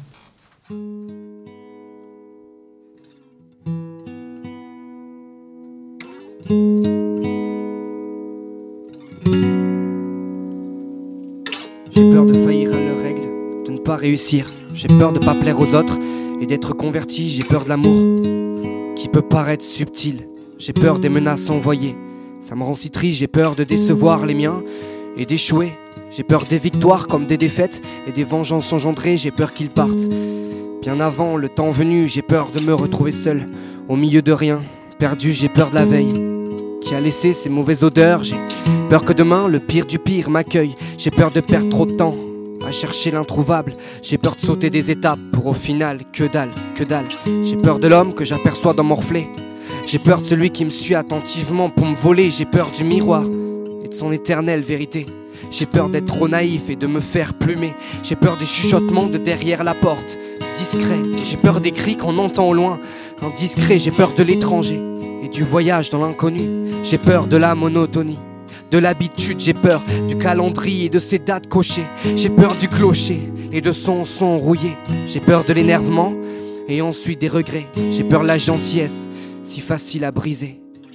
J'ai peur de faillir à leurs règles, de ne pas réussir. J'ai peur de pas plaire aux autres et d'être converti. J'ai peur de l'amour qui peut paraître subtil. J'ai peur des menaces envoyées, ça me rend si triste. J'ai peur de décevoir les miens et d'échouer. J'ai peur des victoires comme des défaites et des vengeances engendrées. J'ai peur qu'ils partent bien avant le temps venu. J'ai peur de me retrouver seul au milieu de rien, perdu. J'ai peur de la veille qui a laissé ses mauvaises odeurs. J'ai peur que demain le pire du pire m'accueille. J'ai peur de perdre trop de temps à chercher l'introuvable. J'ai peur de sauter des étapes pour au final que dalle, que dalle. J'ai peur de l'homme que j'aperçois dans mon reflet. J'ai peur de celui qui me suit attentivement pour me voler. J'ai peur du miroir et de son éternelle vérité. J'ai peur d'être trop naïf et de me faire plumer. J'ai peur des chuchotements de derrière la porte, discret. J'ai peur des cris qu'on entend au loin, indiscret. J'ai peur de l'étranger et du voyage dans l'inconnu. J'ai peur de la monotonie, de l'habitude. J'ai peur du calendrier et de ses dates cochées. J'ai peur du clocher et de son son rouillé. J'ai peur de l'énervement et ensuite des regrets. J'ai peur de la gentillesse, si facile à briser.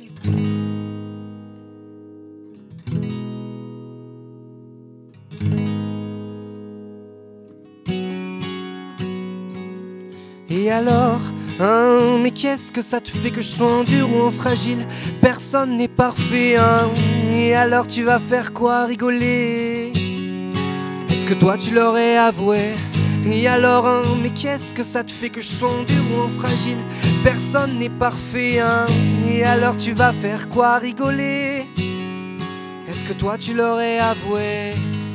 Et alors, hein, mais qu'est-ce que ça te fait que je sois en dur ou en fragile? Personne n'est parfait, hein. Et alors tu vas faire quoi, rigoler? Est-ce que toi tu l'aurais avoué? Et alors, hein, mais qu'est-ce que ça te fait que je sois en dur ou en fragile? Personne n'est parfait, hein. Et alors tu vas faire quoi, rigoler? Est-ce que toi tu l'aurais avoué?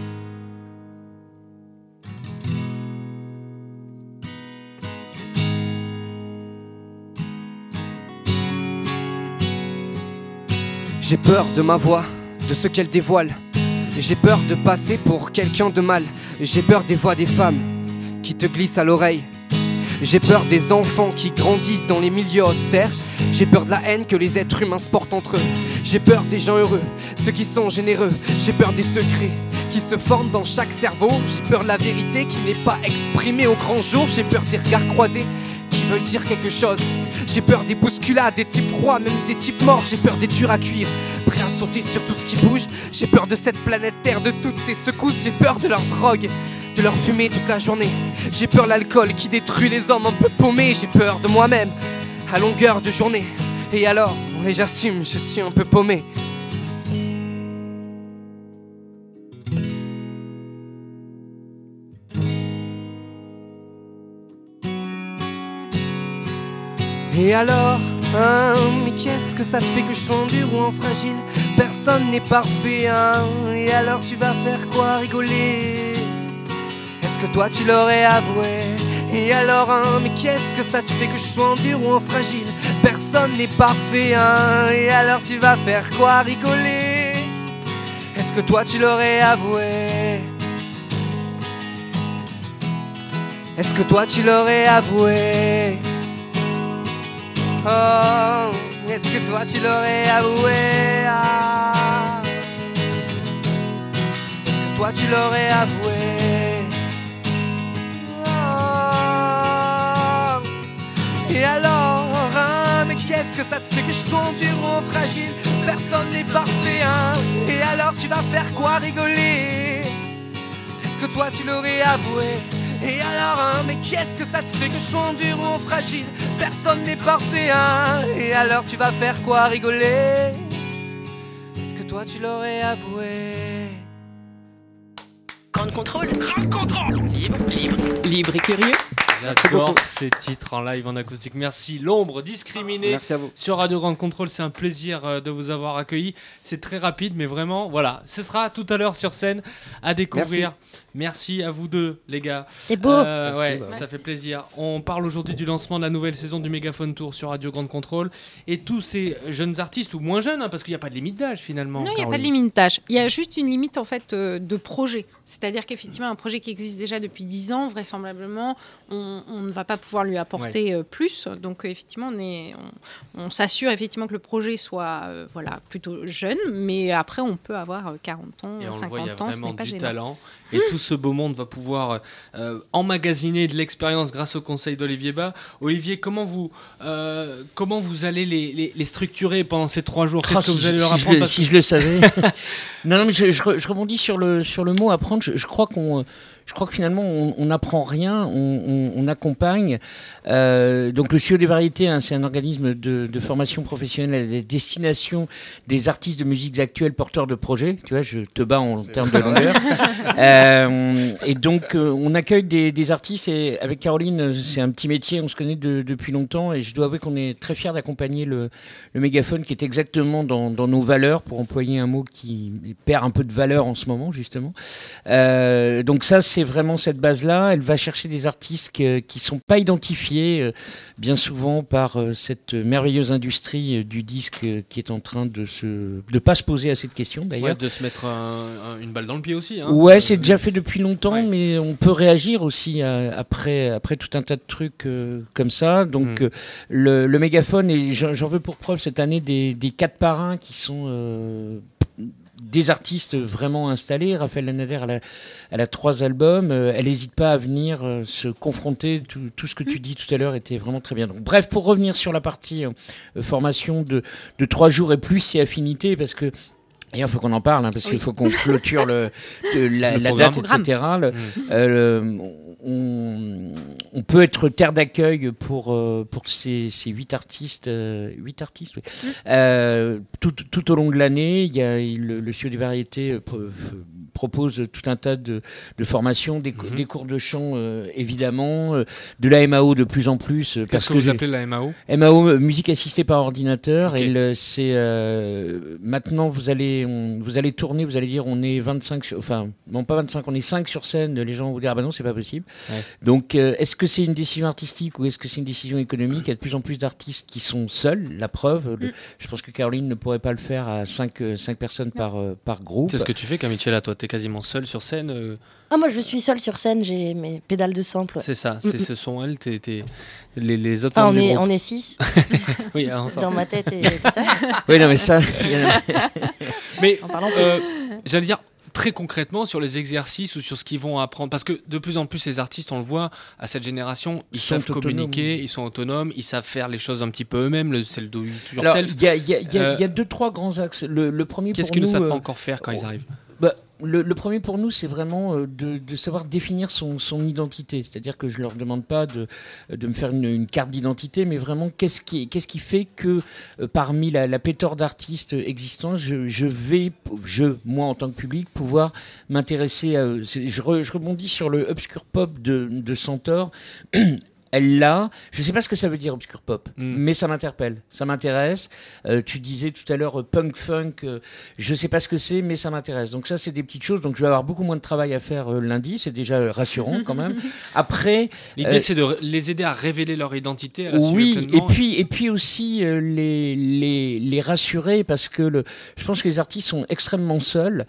J'ai peur de ma voix, de ce qu'elle dévoile. J'ai peur de passer pour quelqu'un de mal. J'ai peur des voix des femmes qui te glissent à l'oreille. J'ai peur des enfants qui grandissent dans les milieux austères. J'ai peur de la haine que les êtres humains se portent entre eux. J'ai peur des gens heureux, ceux qui sont généreux. J'ai peur des secrets qui se forment dans chaque cerveau. J'ai peur de la vérité qui n'est pas exprimée au grand jour. J'ai peur des regards croisés qui veulent dire quelque chose. J'ai peur des bousculades, des types froids, même des types morts. J'ai peur des durs à cuire, prêts à sauter sur tout ce qui bouge. J'ai peur de cette planète Terre, de toutes ces secousses. J'ai peur de leur drogue, de leur fumée toute la journée. J'ai peur de l'alcool qui détruit les hommes un peu paumés. J'ai peur de moi-même à longueur de journée. Et alors, oui, j'assume, je suis un peu paumé. Et alors, hein, mais qu'est-ce que ça te fait que je sois en dur ou en fragile? Personne n'est parfait, hein. Et alors tu vas faire quoi, rigoler? Est-ce que toi tu l'aurais avoué? Et alors, hein, mais qu'est-ce que ça te fait que je sois en dur ou en fragile? Personne n'est parfait, hein. Et alors tu vas faire quoi, rigoler? Est-ce que toi tu l'aurais avoué? Est-ce que toi tu l'aurais avoué? Oh, est-ce que toi tu l'aurais avoué? Ah. Est-ce que toi tu l'aurais avoué? Oh. Et alors, hein, mais qu'est-ce que ça te fait que je sois en dur ou en fragile? Personne n'est parfait, hein. Et alors tu vas faire quoi, rigoler? Est-ce que toi tu l'aurais avoué? Et alors, hein, mais qu'est-ce que ça te fait que je sois en dur ou en fragile? Personne n'est parfait, hein. Et alors tu vas faire quoi, rigoler? Est-ce que toi tu l'aurais avoué? Grand contrôle. Grand contrôle. Libre, libre. Libre et curieux. J'adore ces titres en live en acoustique. Merci. L'ombre discriminée. Merci à vous. Sur Radio Grand Contrôle, c'est un plaisir de vous avoir accueilli. C'est très rapide, mais vraiment, voilà. Ce sera tout à l'heure sur scène à découvrir. Merci, Merci à vous deux, les gars. C'était beau. Euh, Merci, ouais, bah. ça fait plaisir. On parle aujourd'hui du lancement de la nouvelle saison du Mégaphone Tour sur Radio Grand Contrôle. Et tous ces jeunes artistes, ou moins jeunes, hein, parce qu'il n'y a pas de limite d'âge finalement. Non, il n'y a pas de limite d'âge. Il y a juste une limite en fait euh, de projet. C'est-à-dire qu'effectivement, un projet qui existe déjà depuis dix ans, vraisemblablement, on, on ne va pas pouvoir lui apporter ouais. euh, plus. Donc, euh, effectivement, on, est, on, on s'assure effectivement que le projet soit euh, voilà, plutôt jeune, mais après, on peut avoir euh, quarante ans, et on cinquante le voit, il y a ans, vraiment ce n'est pas du gênant. talent. Et mmh. tout ce beau monde va pouvoir euh, emmagasiner de l'expérience grâce au conseil d'Olivier Bas. Olivier, comment vous, euh, comment vous allez les, les, les structurer pendant ces trois jours? Qu'est-ce oh, que si vous allez je, leur si apprendre? je, parce Si que... je le savais. non, non, mais je, je, je rebondis sur le, sur le mot apprendre. Je, je crois qu'on... Je crois que finalement, on n'apprend rien, on, on, on accompagne. Euh, donc, le C I O des variétés, hein, c'est un organisme de, de formation professionnelle à destination des artistes de musique actuelle porteurs de projets. Tu vois, je te bats en c'est termes de longueur. euh, et donc, euh, on accueille des, des artistes. Et avec Caroline, c'est un petit métier, on se connaît de, depuis longtemps. Et je dois avouer qu'on est très fiers d'accompagner le, le mégaphone qui est exactement dans, dans nos valeurs, pour employer un mot qui perd un peu de valeur en ce moment, justement. Euh, donc ça, c'est c'est vraiment cette base-là. Elle va chercher des artistes que, qui ne sont pas identifiés euh, bien souvent par euh, cette merveilleuse industrie euh, du disque euh, qui est en train de se, de pas se poser assez de questions d'ailleurs. Ouais, de se mettre un, un, une balle dans le pied aussi. Hein. Ouais, euh, c'est déjà fait depuis longtemps, ouais. mais on peut réagir aussi à, après, après tout un tas de trucs euh, comme ça. Donc mmh. euh, le, le mégaphone, et j'en, j'en veux pour preuve cette année des, des quatre parrains qui sont euh, des artistes vraiment installés. Raphaël Lanader, elle a, elle a trois albums. Euh, elle n'hésite pas à venir euh, se confronter. Tout, tout ce que tu dis tout à l'heure était vraiment très bien. Donc, bref, pour revenir sur la partie euh, formation de, de trois jours et plus et affinités, parce que il faut qu'on en parle, hein, parce oui. qu'il faut qu'on clôture le, le, la, le la date, et cetera. Le, mmh. euh, on, on peut être terre d'accueil pour, euh, pour ces, ces huit artistes, euh, huit artistes oui. mmh. euh, tout, tout au long de l'année. Il y a, le, le Studio des variétés euh, propose tout un tas de, de formations, des, mmh. des cours de chant, euh, évidemment, euh, de la M A O de plus en plus. Qu'est-ce parce que, que vous appelez la M A O ? M A O, musique assistée par ordinateur. Okay. Et le, c'est, euh, maintenant, vous allez On, vous allez tourner, vous allez dire on est vingt-cinq, sur, enfin non pas vingt-cinq, on est cinq sur scène, les gens vont vous dire ah bah non c'est pas possible. Ouais. Donc euh, est-ce que c'est une décision artistique ou est-ce que c'est une décision économique ? Il y a de plus en plus d'artistes qui sont seuls, la preuve. Le, mm. Je pense que Caroline ne pourrait pas le faire à cinq personnes par, euh, par groupe. C'est ce que tu fais Camicella, toi t'es quasiment seule sur scène euh... Ah moi je suis seule sur scène, j'ai mes pédales de sample. C'est ça, c'est, ce sont elles, t'es, t'es... Les, les autres. Enfin, on est on est six. Oui, dans ma tête et tout ça. Oui non mais ça. Mais euh, j'allais dire très concrètement sur les exercices ou sur ce qu'ils vont apprendre, parce que de plus en plus les artistes, on le voit à cette génération, ils, ils savent communiquer, autonomes. Ils sont autonomes, ils savent faire les choses un petit peu eux-mêmes, le, c'est le do it yourself. Il y a il y a il y, a, euh, y a deux trois grands axes. Le, le premier qu'est-ce pour qu'ils nous, ne savent euh, pas encore faire quand oh, ils arrivent. Bah, Le, le premier pour nous, c'est vraiment euh, de, de savoir définir son, son identité. C'est-à-dire que je ne leur demande pas de, de me faire une, une carte d'identité, mais vraiment qu'est-ce qui, qu'est-ce qui fait que euh, parmi la, la pléthore d'artistes existants, je, je vais, je, moi en tant que public, pouvoir m'intéresser à eux. C'est, je, re, je rebondis sur le obscure pop de, de Centaure. Elle l'a. Je ne sais pas ce que ça veut dire obscure pop, mm. mais ça m'interpelle, ça m'intéresse. Euh, tu disais tout à l'heure euh, punk funk. Euh, je ne sais pas ce que c'est, mais ça m'intéresse. Donc ça, c'est des petites choses. Donc je vais avoir beaucoup moins de travail à faire euh, lundi. C'est déjà rassurant quand même. Après, l'idée euh, c'est de les aider à révéler leur identité. À oui, et puis et puis aussi euh, les les les rassurer parce que le, je pense que les artistes sont extrêmement seuls.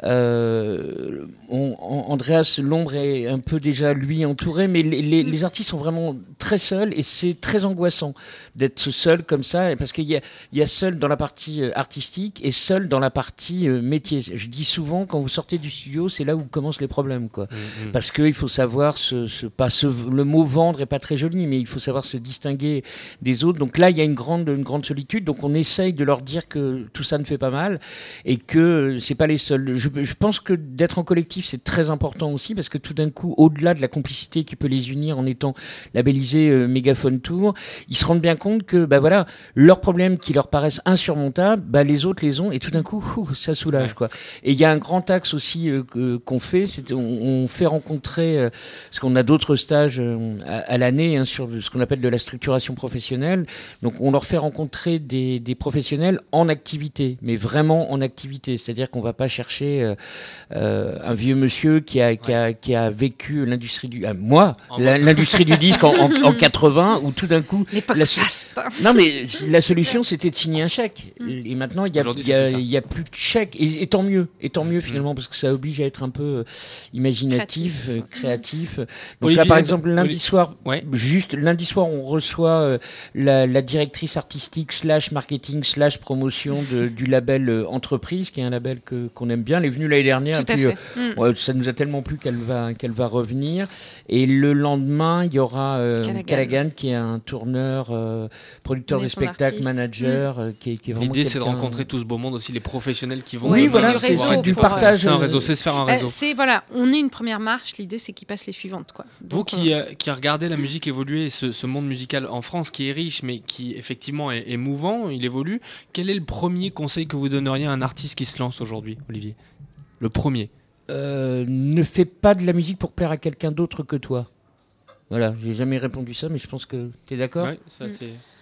Euh, on, Andreas Lombre est un peu déjà lui entouré, mais les, les, les artistes sont vraiment très seul et c'est très angoissant d'être seul comme ça parce qu'il y a, il y a seul dans la partie artistique et seul dans la partie euh, métier. Je dis souvent quand vous sortez du studio, c'est là où commencent les problèmes quoi. Mmh, parce qu'il faut savoir se, se, pas se, le mot vendre est pas très joli, mais il faut savoir se distinguer des autres. Donc là, il y a une grande, une grande solitude. Donc on essaye de leur dire que tout ça ne fait pas mal et que c'est pas les seuls. Je, je pense que d'être en collectif, c'est très important aussi parce que tout d'un coup, au-delà de la complicité qui peut les unir en étant labellisés euh, Mégaphone Tour, ils se rendent bien compte que bah voilà, leurs problèmes qui leur paraissent insurmontables, bah les autres les ont et tout d'un coup, ouh, ça soulage ouais. quoi. Et il y a un grand axe aussi euh, que, qu'on fait, c'est on, on fait rencontrer, euh, parce qu'on a d'autres stages euh, à, à l'année hein, sur ce qu'on appelle de la structuration professionnelle. Donc on leur fait rencontrer des, des professionnels en activité, mais vraiment en activité. C'est-à-dire qu'on va pas chercher euh, euh, un vieux monsieur qui a qui a qui a vécu l'industrie du euh, moi la, l'industrie du disque en, en, en quatre-vingts où tout d'un coup l'époque la, faste. Non mais la solution c'était de signer un chèque et maintenant il y a il y a il y a plus de chèques et, et tant mieux et tant mieux finalement parce que ça oblige à être un peu imaginatif, créatif. créatif. Donc Olivier, là par exemple lundi Olivier. soir ouais. juste lundi soir on reçoit euh, la, la directrice artistique slash marketing slash promotion de, du label euh, Entreprise qui est un label que qu'on aime bien. Elle est venue l'année dernière Tout et puis à euh, fait. ouais, ça nous a tellement plu qu'elle va qu'elle va revenir et le lendemain il y aura euh, Callaghan. Callaghan qui est un tourneur euh, producteur de spectacles manager mmh. euh, qui, est, qui est vraiment l'idée quelqu'un... c'est de rencontrer tout ce beau monde aussi les professionnels qui vont oui euh, voilà c'est, c'est, c'est du pour, partage c'est un réseau c'est se faire un réseau euh, c'est voilà on est une première marche l'idée c'est qu'ils passent les suivantes quoi. Donc, vous qui euh, qui regardez la musique évoluer ce, ce monde musical en France qui est riche mais qui effectivement est, est mouvant il évolue quel est le premier conseil que vous donneriez à un artiste qui se lance aujourd'hui Olivier le premier euh, ne fais pas de la musique pour plaire à quelqu'un d'autre que toi. Voilà, j'ai jamais répondu ça, mais je pense que t'es d'accord. Ouais, ça c'est.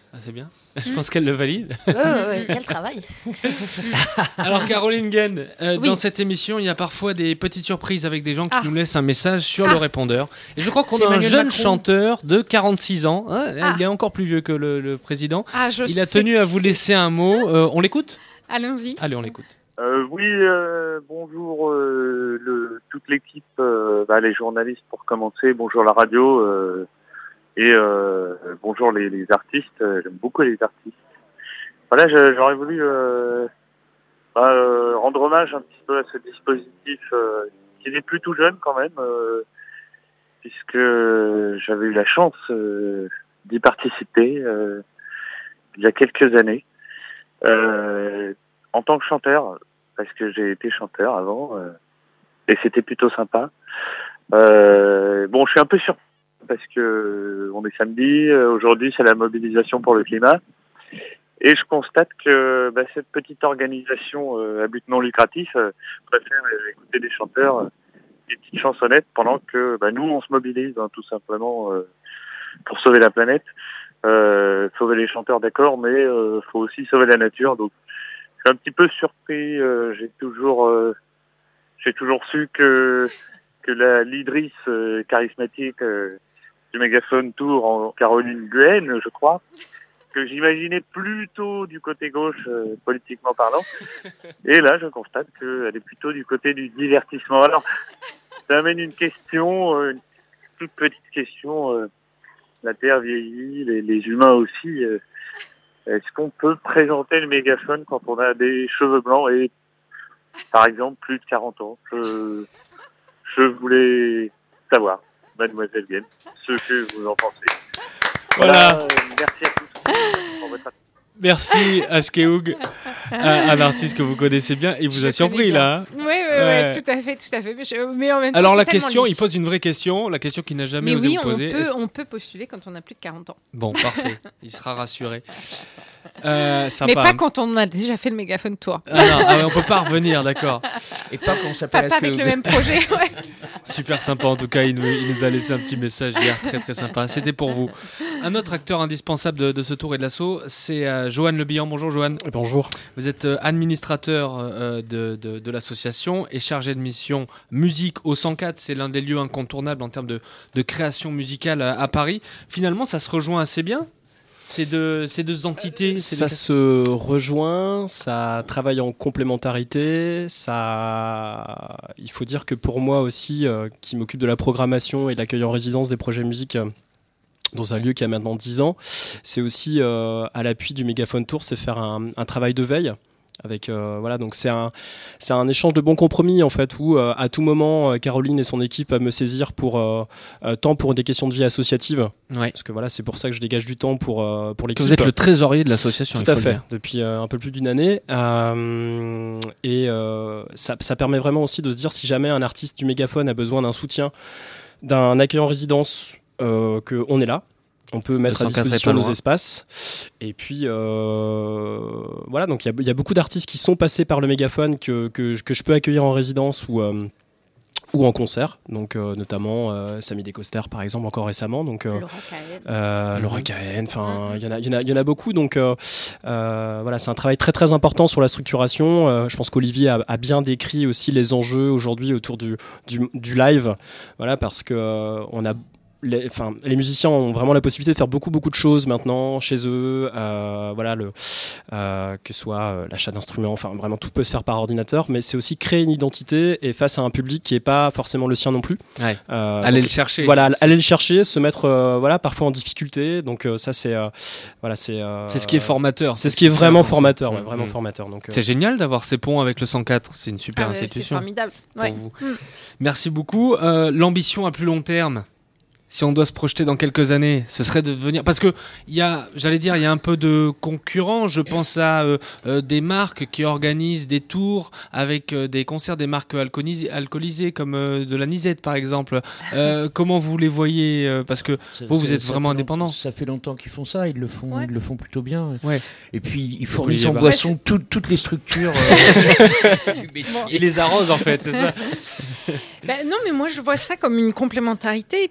Ah, c'est bien. Je pense qu'elle le valide. Ouais, ouais, ouais, quel travail. Alors Caroline Guen, euh, Oui. dans cette émission, il y a parfois des petites surprises avec des gens qui Ah. nous laissent un message sur Ah. le répondeur. Et je crois qu'on C'est a un Emmanuel jeune Macron. chanteur de quarante-six ans. Hein, Ah. Il est encore plus vieux que le, le président. Ah, je Il a sais tenu qui à vous c'est. laisser un mot. Euh, on l'écoute ? Allons-y. Allez, on l'écoute. Euh, oui, euh, bonjour euh, le, toute l'équipe, euh, bah, les journalistes pour commencer, bonjour la radio euh, et euh, bonjour les, les artistes, euh, j'aime beaucoup les artistes. Voilà, je- j'aurais voulu euh, bah, euh, rendre hommage un petit peu à ce dispositif euh, qui n'est plus tout jeune quand même, euh, puisque j'avais eu la chance euh, d'y participer euh, il y a quelques années. Euh, en tant que chanteur, parce que j'ai été chanteur avant, euh, et c'était plutôt sympa. Euh, bon, je suis un peu surpris parce que euh, on est samedi, euh, aujourd'hui c'est la mobilisation pour le climat, et je constate que bah, cette petite organisation euh, à but non lucratif euh, préfère euh, écouter des chanteurs, euh, des petites chansonnettes, pendant que bah, nous on se mobilise hein, tout simplement euh, pour sauver la planète. Euh, sauver les chanteurs, d'accord, mais euh, faut aussi sauver la nature. Donc, je suis un petit peu surpris. Euh, j'ai toujours, euh, j'ai toujours su que que la leaderesse euh, charismatique euh, du Mégaphone Tour, en Caroline Guen, je crois, que j'imaginais plutôt du côté gauche, euh, politiquement parlant. Et là, je constate qu'elle est plutôt du côté du divertissement. Alors, ça amène une question, euh, une toute petite question. Euh, La Terre vieillit, les, les humains aussi. Euh, est-ce qu'on peut présenter le mégaphone quand on a des cheveux blancs et, par exemple, plus de quarante ans? Je, je voulais savoir, mademoiselle Guen, ce que vous en pensez. Voilà. Voilà, euh, merci à tous pour votre attention. Merci Ashkeoug, un, un artiste que vous connaissez bien. Il vous Je a le surpris connais bien. là. hein Oui, oui, Ouais. oui, tout à fait, tout à fait. Mais, je- mais en même temps, Alors c'est la tellement question, lui. il pose une vraie question, la question qu'il n'a jamais Mais osé oui, vous on poser. peut, Est-ce- on peut postuler quand on a plus de quarante ans. Bon, parfait, il sera rassuré. Euh, Mais sympa. pas quand on a déjà fait le mégaphone tour. Ah non, ah ouais, on peut pas revenir, d'accord. Et pas quand on Pas, s'appelle pas avec le même projet. Ouais. Super sympa en tout cas, il nous, il nous a laissé un petit message hier, très très sympa. C'était pour vous. Un autre acteur indispensable de, de ce tour et de l'assaut, c'est euh, Johan Le Bihan. Bonjour Johan. Bonjour. Vous êtes euh, administrateur euh, de, de, de l'association et chargé de mission musique au cent quatre. C'est l'un des lieux incontournables en termes de, de création musicale à, à Paris. Finalement, ça se rejoint assez bien. Ces deux, ces deux entités. ces Ça deux- se rejoint, ça travaille en complémentarité. Ça, il faut dire que pour moi aussi, euh, qui m'occupe de la programmation et de l'accueil en résidence des projets musique euh, dans un lieu qui a maintenant dix ans, c'est aussi euh, à l'appui du Mégaphone Tour, c'est faire un, un travail de veille. Avec euh, voilà, donc c'est un c'est un échange de bons compromis en fait, où euh, à tout moment euh, Caroline et son équipe peuvent me saisir pour euh, euh, tant pour des questions de vie associative, Ouais. parce que voilà, c'est pour ça que je dégage du temps pour euh, pour Parce l'équipe. que vous êtes le trésorier de l'association. il Tout à faut le fait, dire. depuis euh, un peu plus d'une année. Euh, et euh, ça, ça permet vraiment aussi de se dire, si jamais un artiste du Mégaphone a besoin d'un soutien, d'un accueil en résidence, euh, qu'on est là. On peut mettre à cent quatre est disposition pas nos loin. espaces. Et puis, euh, voilà, donc il y, a- il y a beaucoup d'artistes qui sont passés par le Mégaphone que, que, je- que je peux accueillir en résidence ou... euh, ou en concert, donc euh, notamment euh, Samy Descoster par exemple, encore récemment, donc euh, Laura Cahen. euh, Mhm. Laura Cahen, enfin il y en a, il y en a, il y en a beaucoup, donc euh, euh, voilà, c'est un travail très très important sur la structuration. Euh, je pense qu'Olivier a, a bien décrit aussi les enjeux aujourd'hui autour du, du, du live, voilà, parce que euh, on a les, enfin, les musiciens ont vraiment la possibilité de faire beaucoup beaucoup de choses maintenant chez eux, euh, voilà, le, euh, que ce soit euh, l'achat d'instruments, enfin vraiment tout peut se faire par ordinateur, mais c'est aussi créer une identité et face à un public qui est pas forcément le sien non plus. Ouais. Euh, Aller donc, le chercher. Voilà, aller le chercher, se mettre euh, voilà parfois en difficulté, donc euh, ça c'est euh, voilà c'est euh, C'est ce qui est formateur. c'est ce qui est vraiment fait formateur, ouais, Mmh, vraiment mmh. formateur. Donc euh, C'est génial d'avoir ces ponts avec le cent quatre. C'est une super Ah, mais c'est institution. formidable. pour Ouais. vous. Mm. Merci beaucoup. Euh, L'ambition à plus long terme, si on doit se projeter dans quelques années, ce serait de devenir... Parce que, il y a, j'allais dire, il y a un peu de concurrence. Je pense à euh, euh, des marques qui organisent des tours avec euh, des concerts, des marques alcoolisées, alcoolisées comme euh, de la Nisette, par exemple. Euh, comment vous les voyez euh, Parce que Ça- vous, vous ça- êtes ça vraiment fait indépendant. longtemps- Ça fait longtemps qu'ils font ça, ils le font, Ouais. ils le font plutôt bien. Ouais. Et puis ils fournissent Olivier en Barra. boisson tout- toutes les structures euh, du métier. Bon. Il les arrose, en fait, c'est ça. Ben non, mais moi je vois ça comme une complémentarité. Et puis, euh,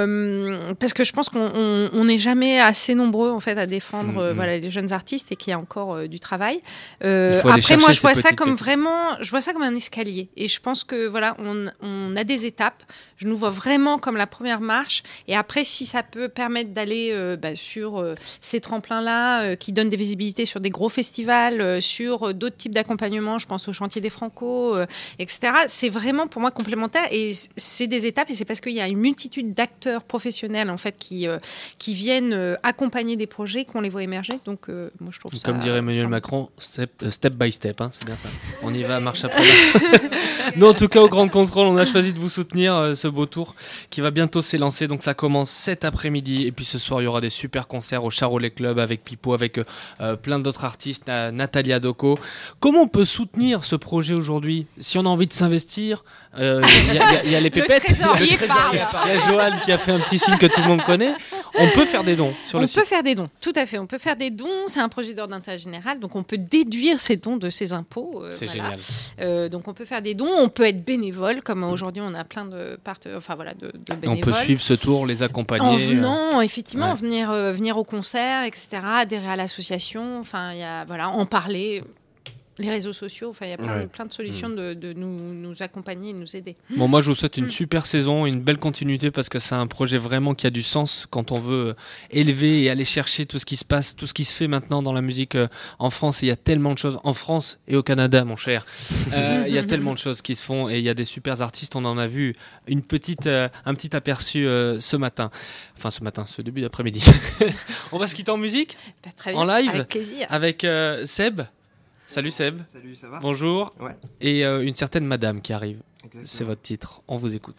euh, parce que je pense qu'on n'est jamais assez nombreux en fait à défendre euh, voilà les jeunes artistes et qu'il y a encore euh, du travail. Euh, après moi je vois ça comme pépites. vraiment, je vois ça comme un escalier et je pense que voilà on, on a des étapes. Je nous vois vraiment comme la première marche et après si ça peut permettre d'aller euh, bah, sur euh, ces tremplins là euh, qui donnent des visibilités sur des gros festivals, euh, sur euh, d'autres types d'accompagnement, je pense au chantier des Franco, euh, et cetera. C'est vraiment pour moi complémentaire et c'est des étapes et c'est parce qu'il y a une multitude d'acteurs professionnels en fait qui euh, qui viennent euh, accompagner des projets qu'on les voit émerger. Donc euh, moi je trouve comme ça. Comme dirait Emmanuel Macron, step, step by step, hein, c'est bien ça. On y va marche après marche. Nous en tout cas au Grand Contrôle, on a choisi de vous soutenir euh, ce beau tour qui va bientôt s'élancer. Donc ça commence cet après-midi et puis ce soir il y aura des super concerts au Charolais Club avec Pipo, avec euh, plein d'autres artistes, euh, Natalia Doko. Comment on peut soutenir ce projet aujourd'hui? Si on a envie de s'investir, il euh, y, y, y a les pépettes, il y a Johan qui a fait un petit signe que tout le monde connaît. On peut faire des dons sur on le site. On peut faire des dons, tout à fait. On peut faire des dons. C'est un projet d'ordre d'intérêt général, donc on peut déduire ces dons de ses impôts. Euh, c'est voilà. génial. Euh, donc on peut faire des dons. On peut être bénévole, comme aujourd'hui on a plein de partenaires, enfin voilà, de, de bénévoles. On peut suivre ce tour, les accompagner. En venant, effectivement, ouais. venir euh, venir au concert, et cetera. Adhérer à l'association. Enfin, il y a voilà, en parler. Les réseaux sociaux, enfin il y a plein, ouais. de, plein de solutions mmh. de, de nous, nous accompagner et de nous aider. Bon, moi je vous souhaite une mmh. super saison, une belle continuité parce que c'est un projet vraiment qui a du sens quand on veut élever et aller chercher tout ce qui se passe, tout ce qui se fait maintenant dans la musique euh, en France. Et il y a tellement de choses en France et au Canada, mon cher. Euh, il y a tellement de choses qui se font et il y a des super artistes. On en a vu une petite, euh, un petit aperçu euh, ce matin. Enfin ce matin, ce début d'après-midi. On va se quitter en musique, bah, très bien. En live, avec plaisir. Avec euh, Seb. Salut Seb. Salut, ça va? Bonjour. Ouais. Et euh, une certaine madame qui arrive. Exactement. C'est votre titre. On vous écoute.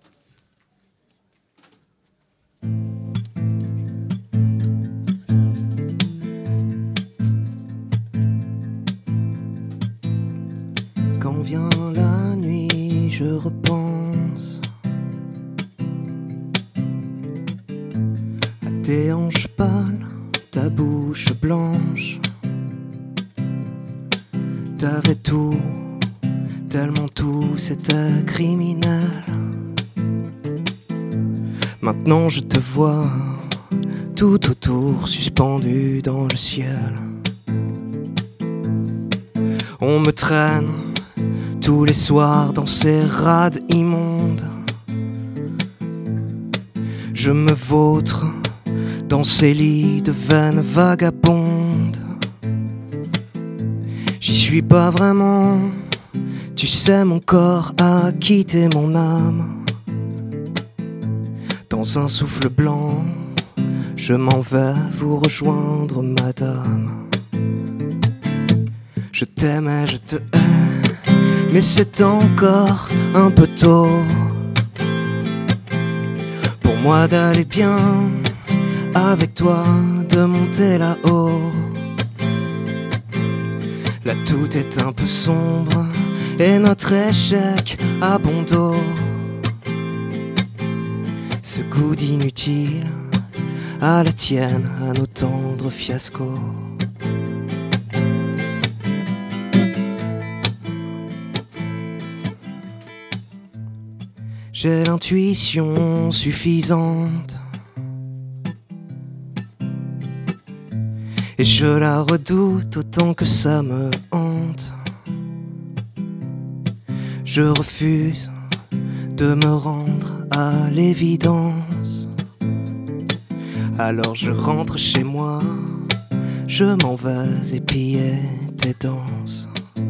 Quand vient la nuit, je repense à tes hanches pâles, ta bouche blanche. T'avais tout, tellement tout, c'était criminel. Maintenant je te vois tout autour, suspendu dans le ciel. On me traîne tous les soirs dans ces rades immondes. Je me vautre dans ces lits de veines vagabondes. J'y suis pas vraiment, tu sais mon corps a quitté mon âme. Dans un souffle blanc, je m'en vais vous rejoindre madame. Je t'aimais, je te hais, mais c'est encore un peu tôt pour moi d'aller bien avec toi, de monter là-haut. Là tout est un peu sombre et notre échec a bon dos. Ce goût d'inutile à la tienne, à nos tendres fiascos. J'ai l'intuition suffisante et je la redoute autant que ça me hante. Je refuse de me rendre à l'évidence. Alors je rentre chez moi, je m'en vais épier tes danses.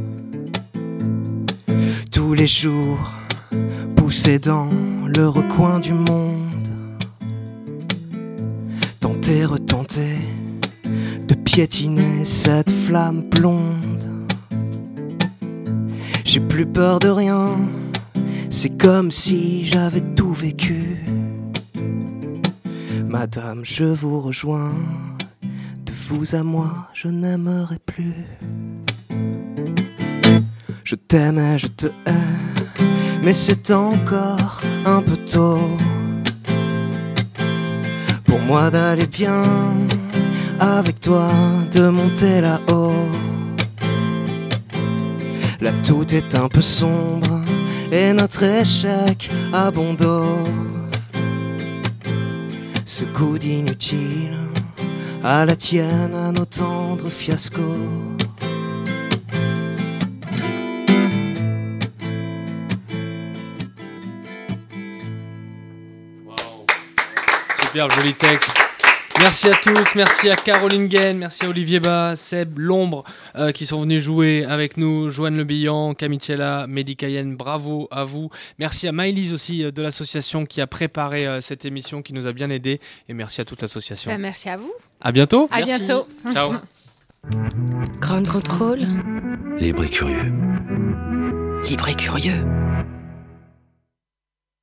Tous les jours, poussé dans le recoin du monde, tenter, retenter de piétiner cette flamme blonde. J'ai plus peur de rien, c'est comme si j'avais tout vécu. Madame, je vous rejoins, de vous à moi, je n'aimerai plus. Je t'aimais, je te hais, mais c'est encore un peu tôt pour moi d'aller bien avec toi, de monter là-haut. Là tout est un peu sombre et notre échec a bon dos. ce coup d'inutile, à la tienne, à nos tendres fiascos. Super joli texte. Merci à tous, merci à Caroline Gaine, merci à Olivier Bas, Seb, L'Ombre euh, qui sont venus jouer avec nous, Joanne Le Billan, Camicella, Mehdi Cayenne, bravo à vous. Merci à Maëlys aussi euh, de l'association qui a préparé euh, cette émission, qui nous a bien aidés, et merci à toute l'association. Ben, merci à vous. À bientôt. À merci. bientôt. Ciao. Grand contrôle. Libre et curieux. Libre et curieux.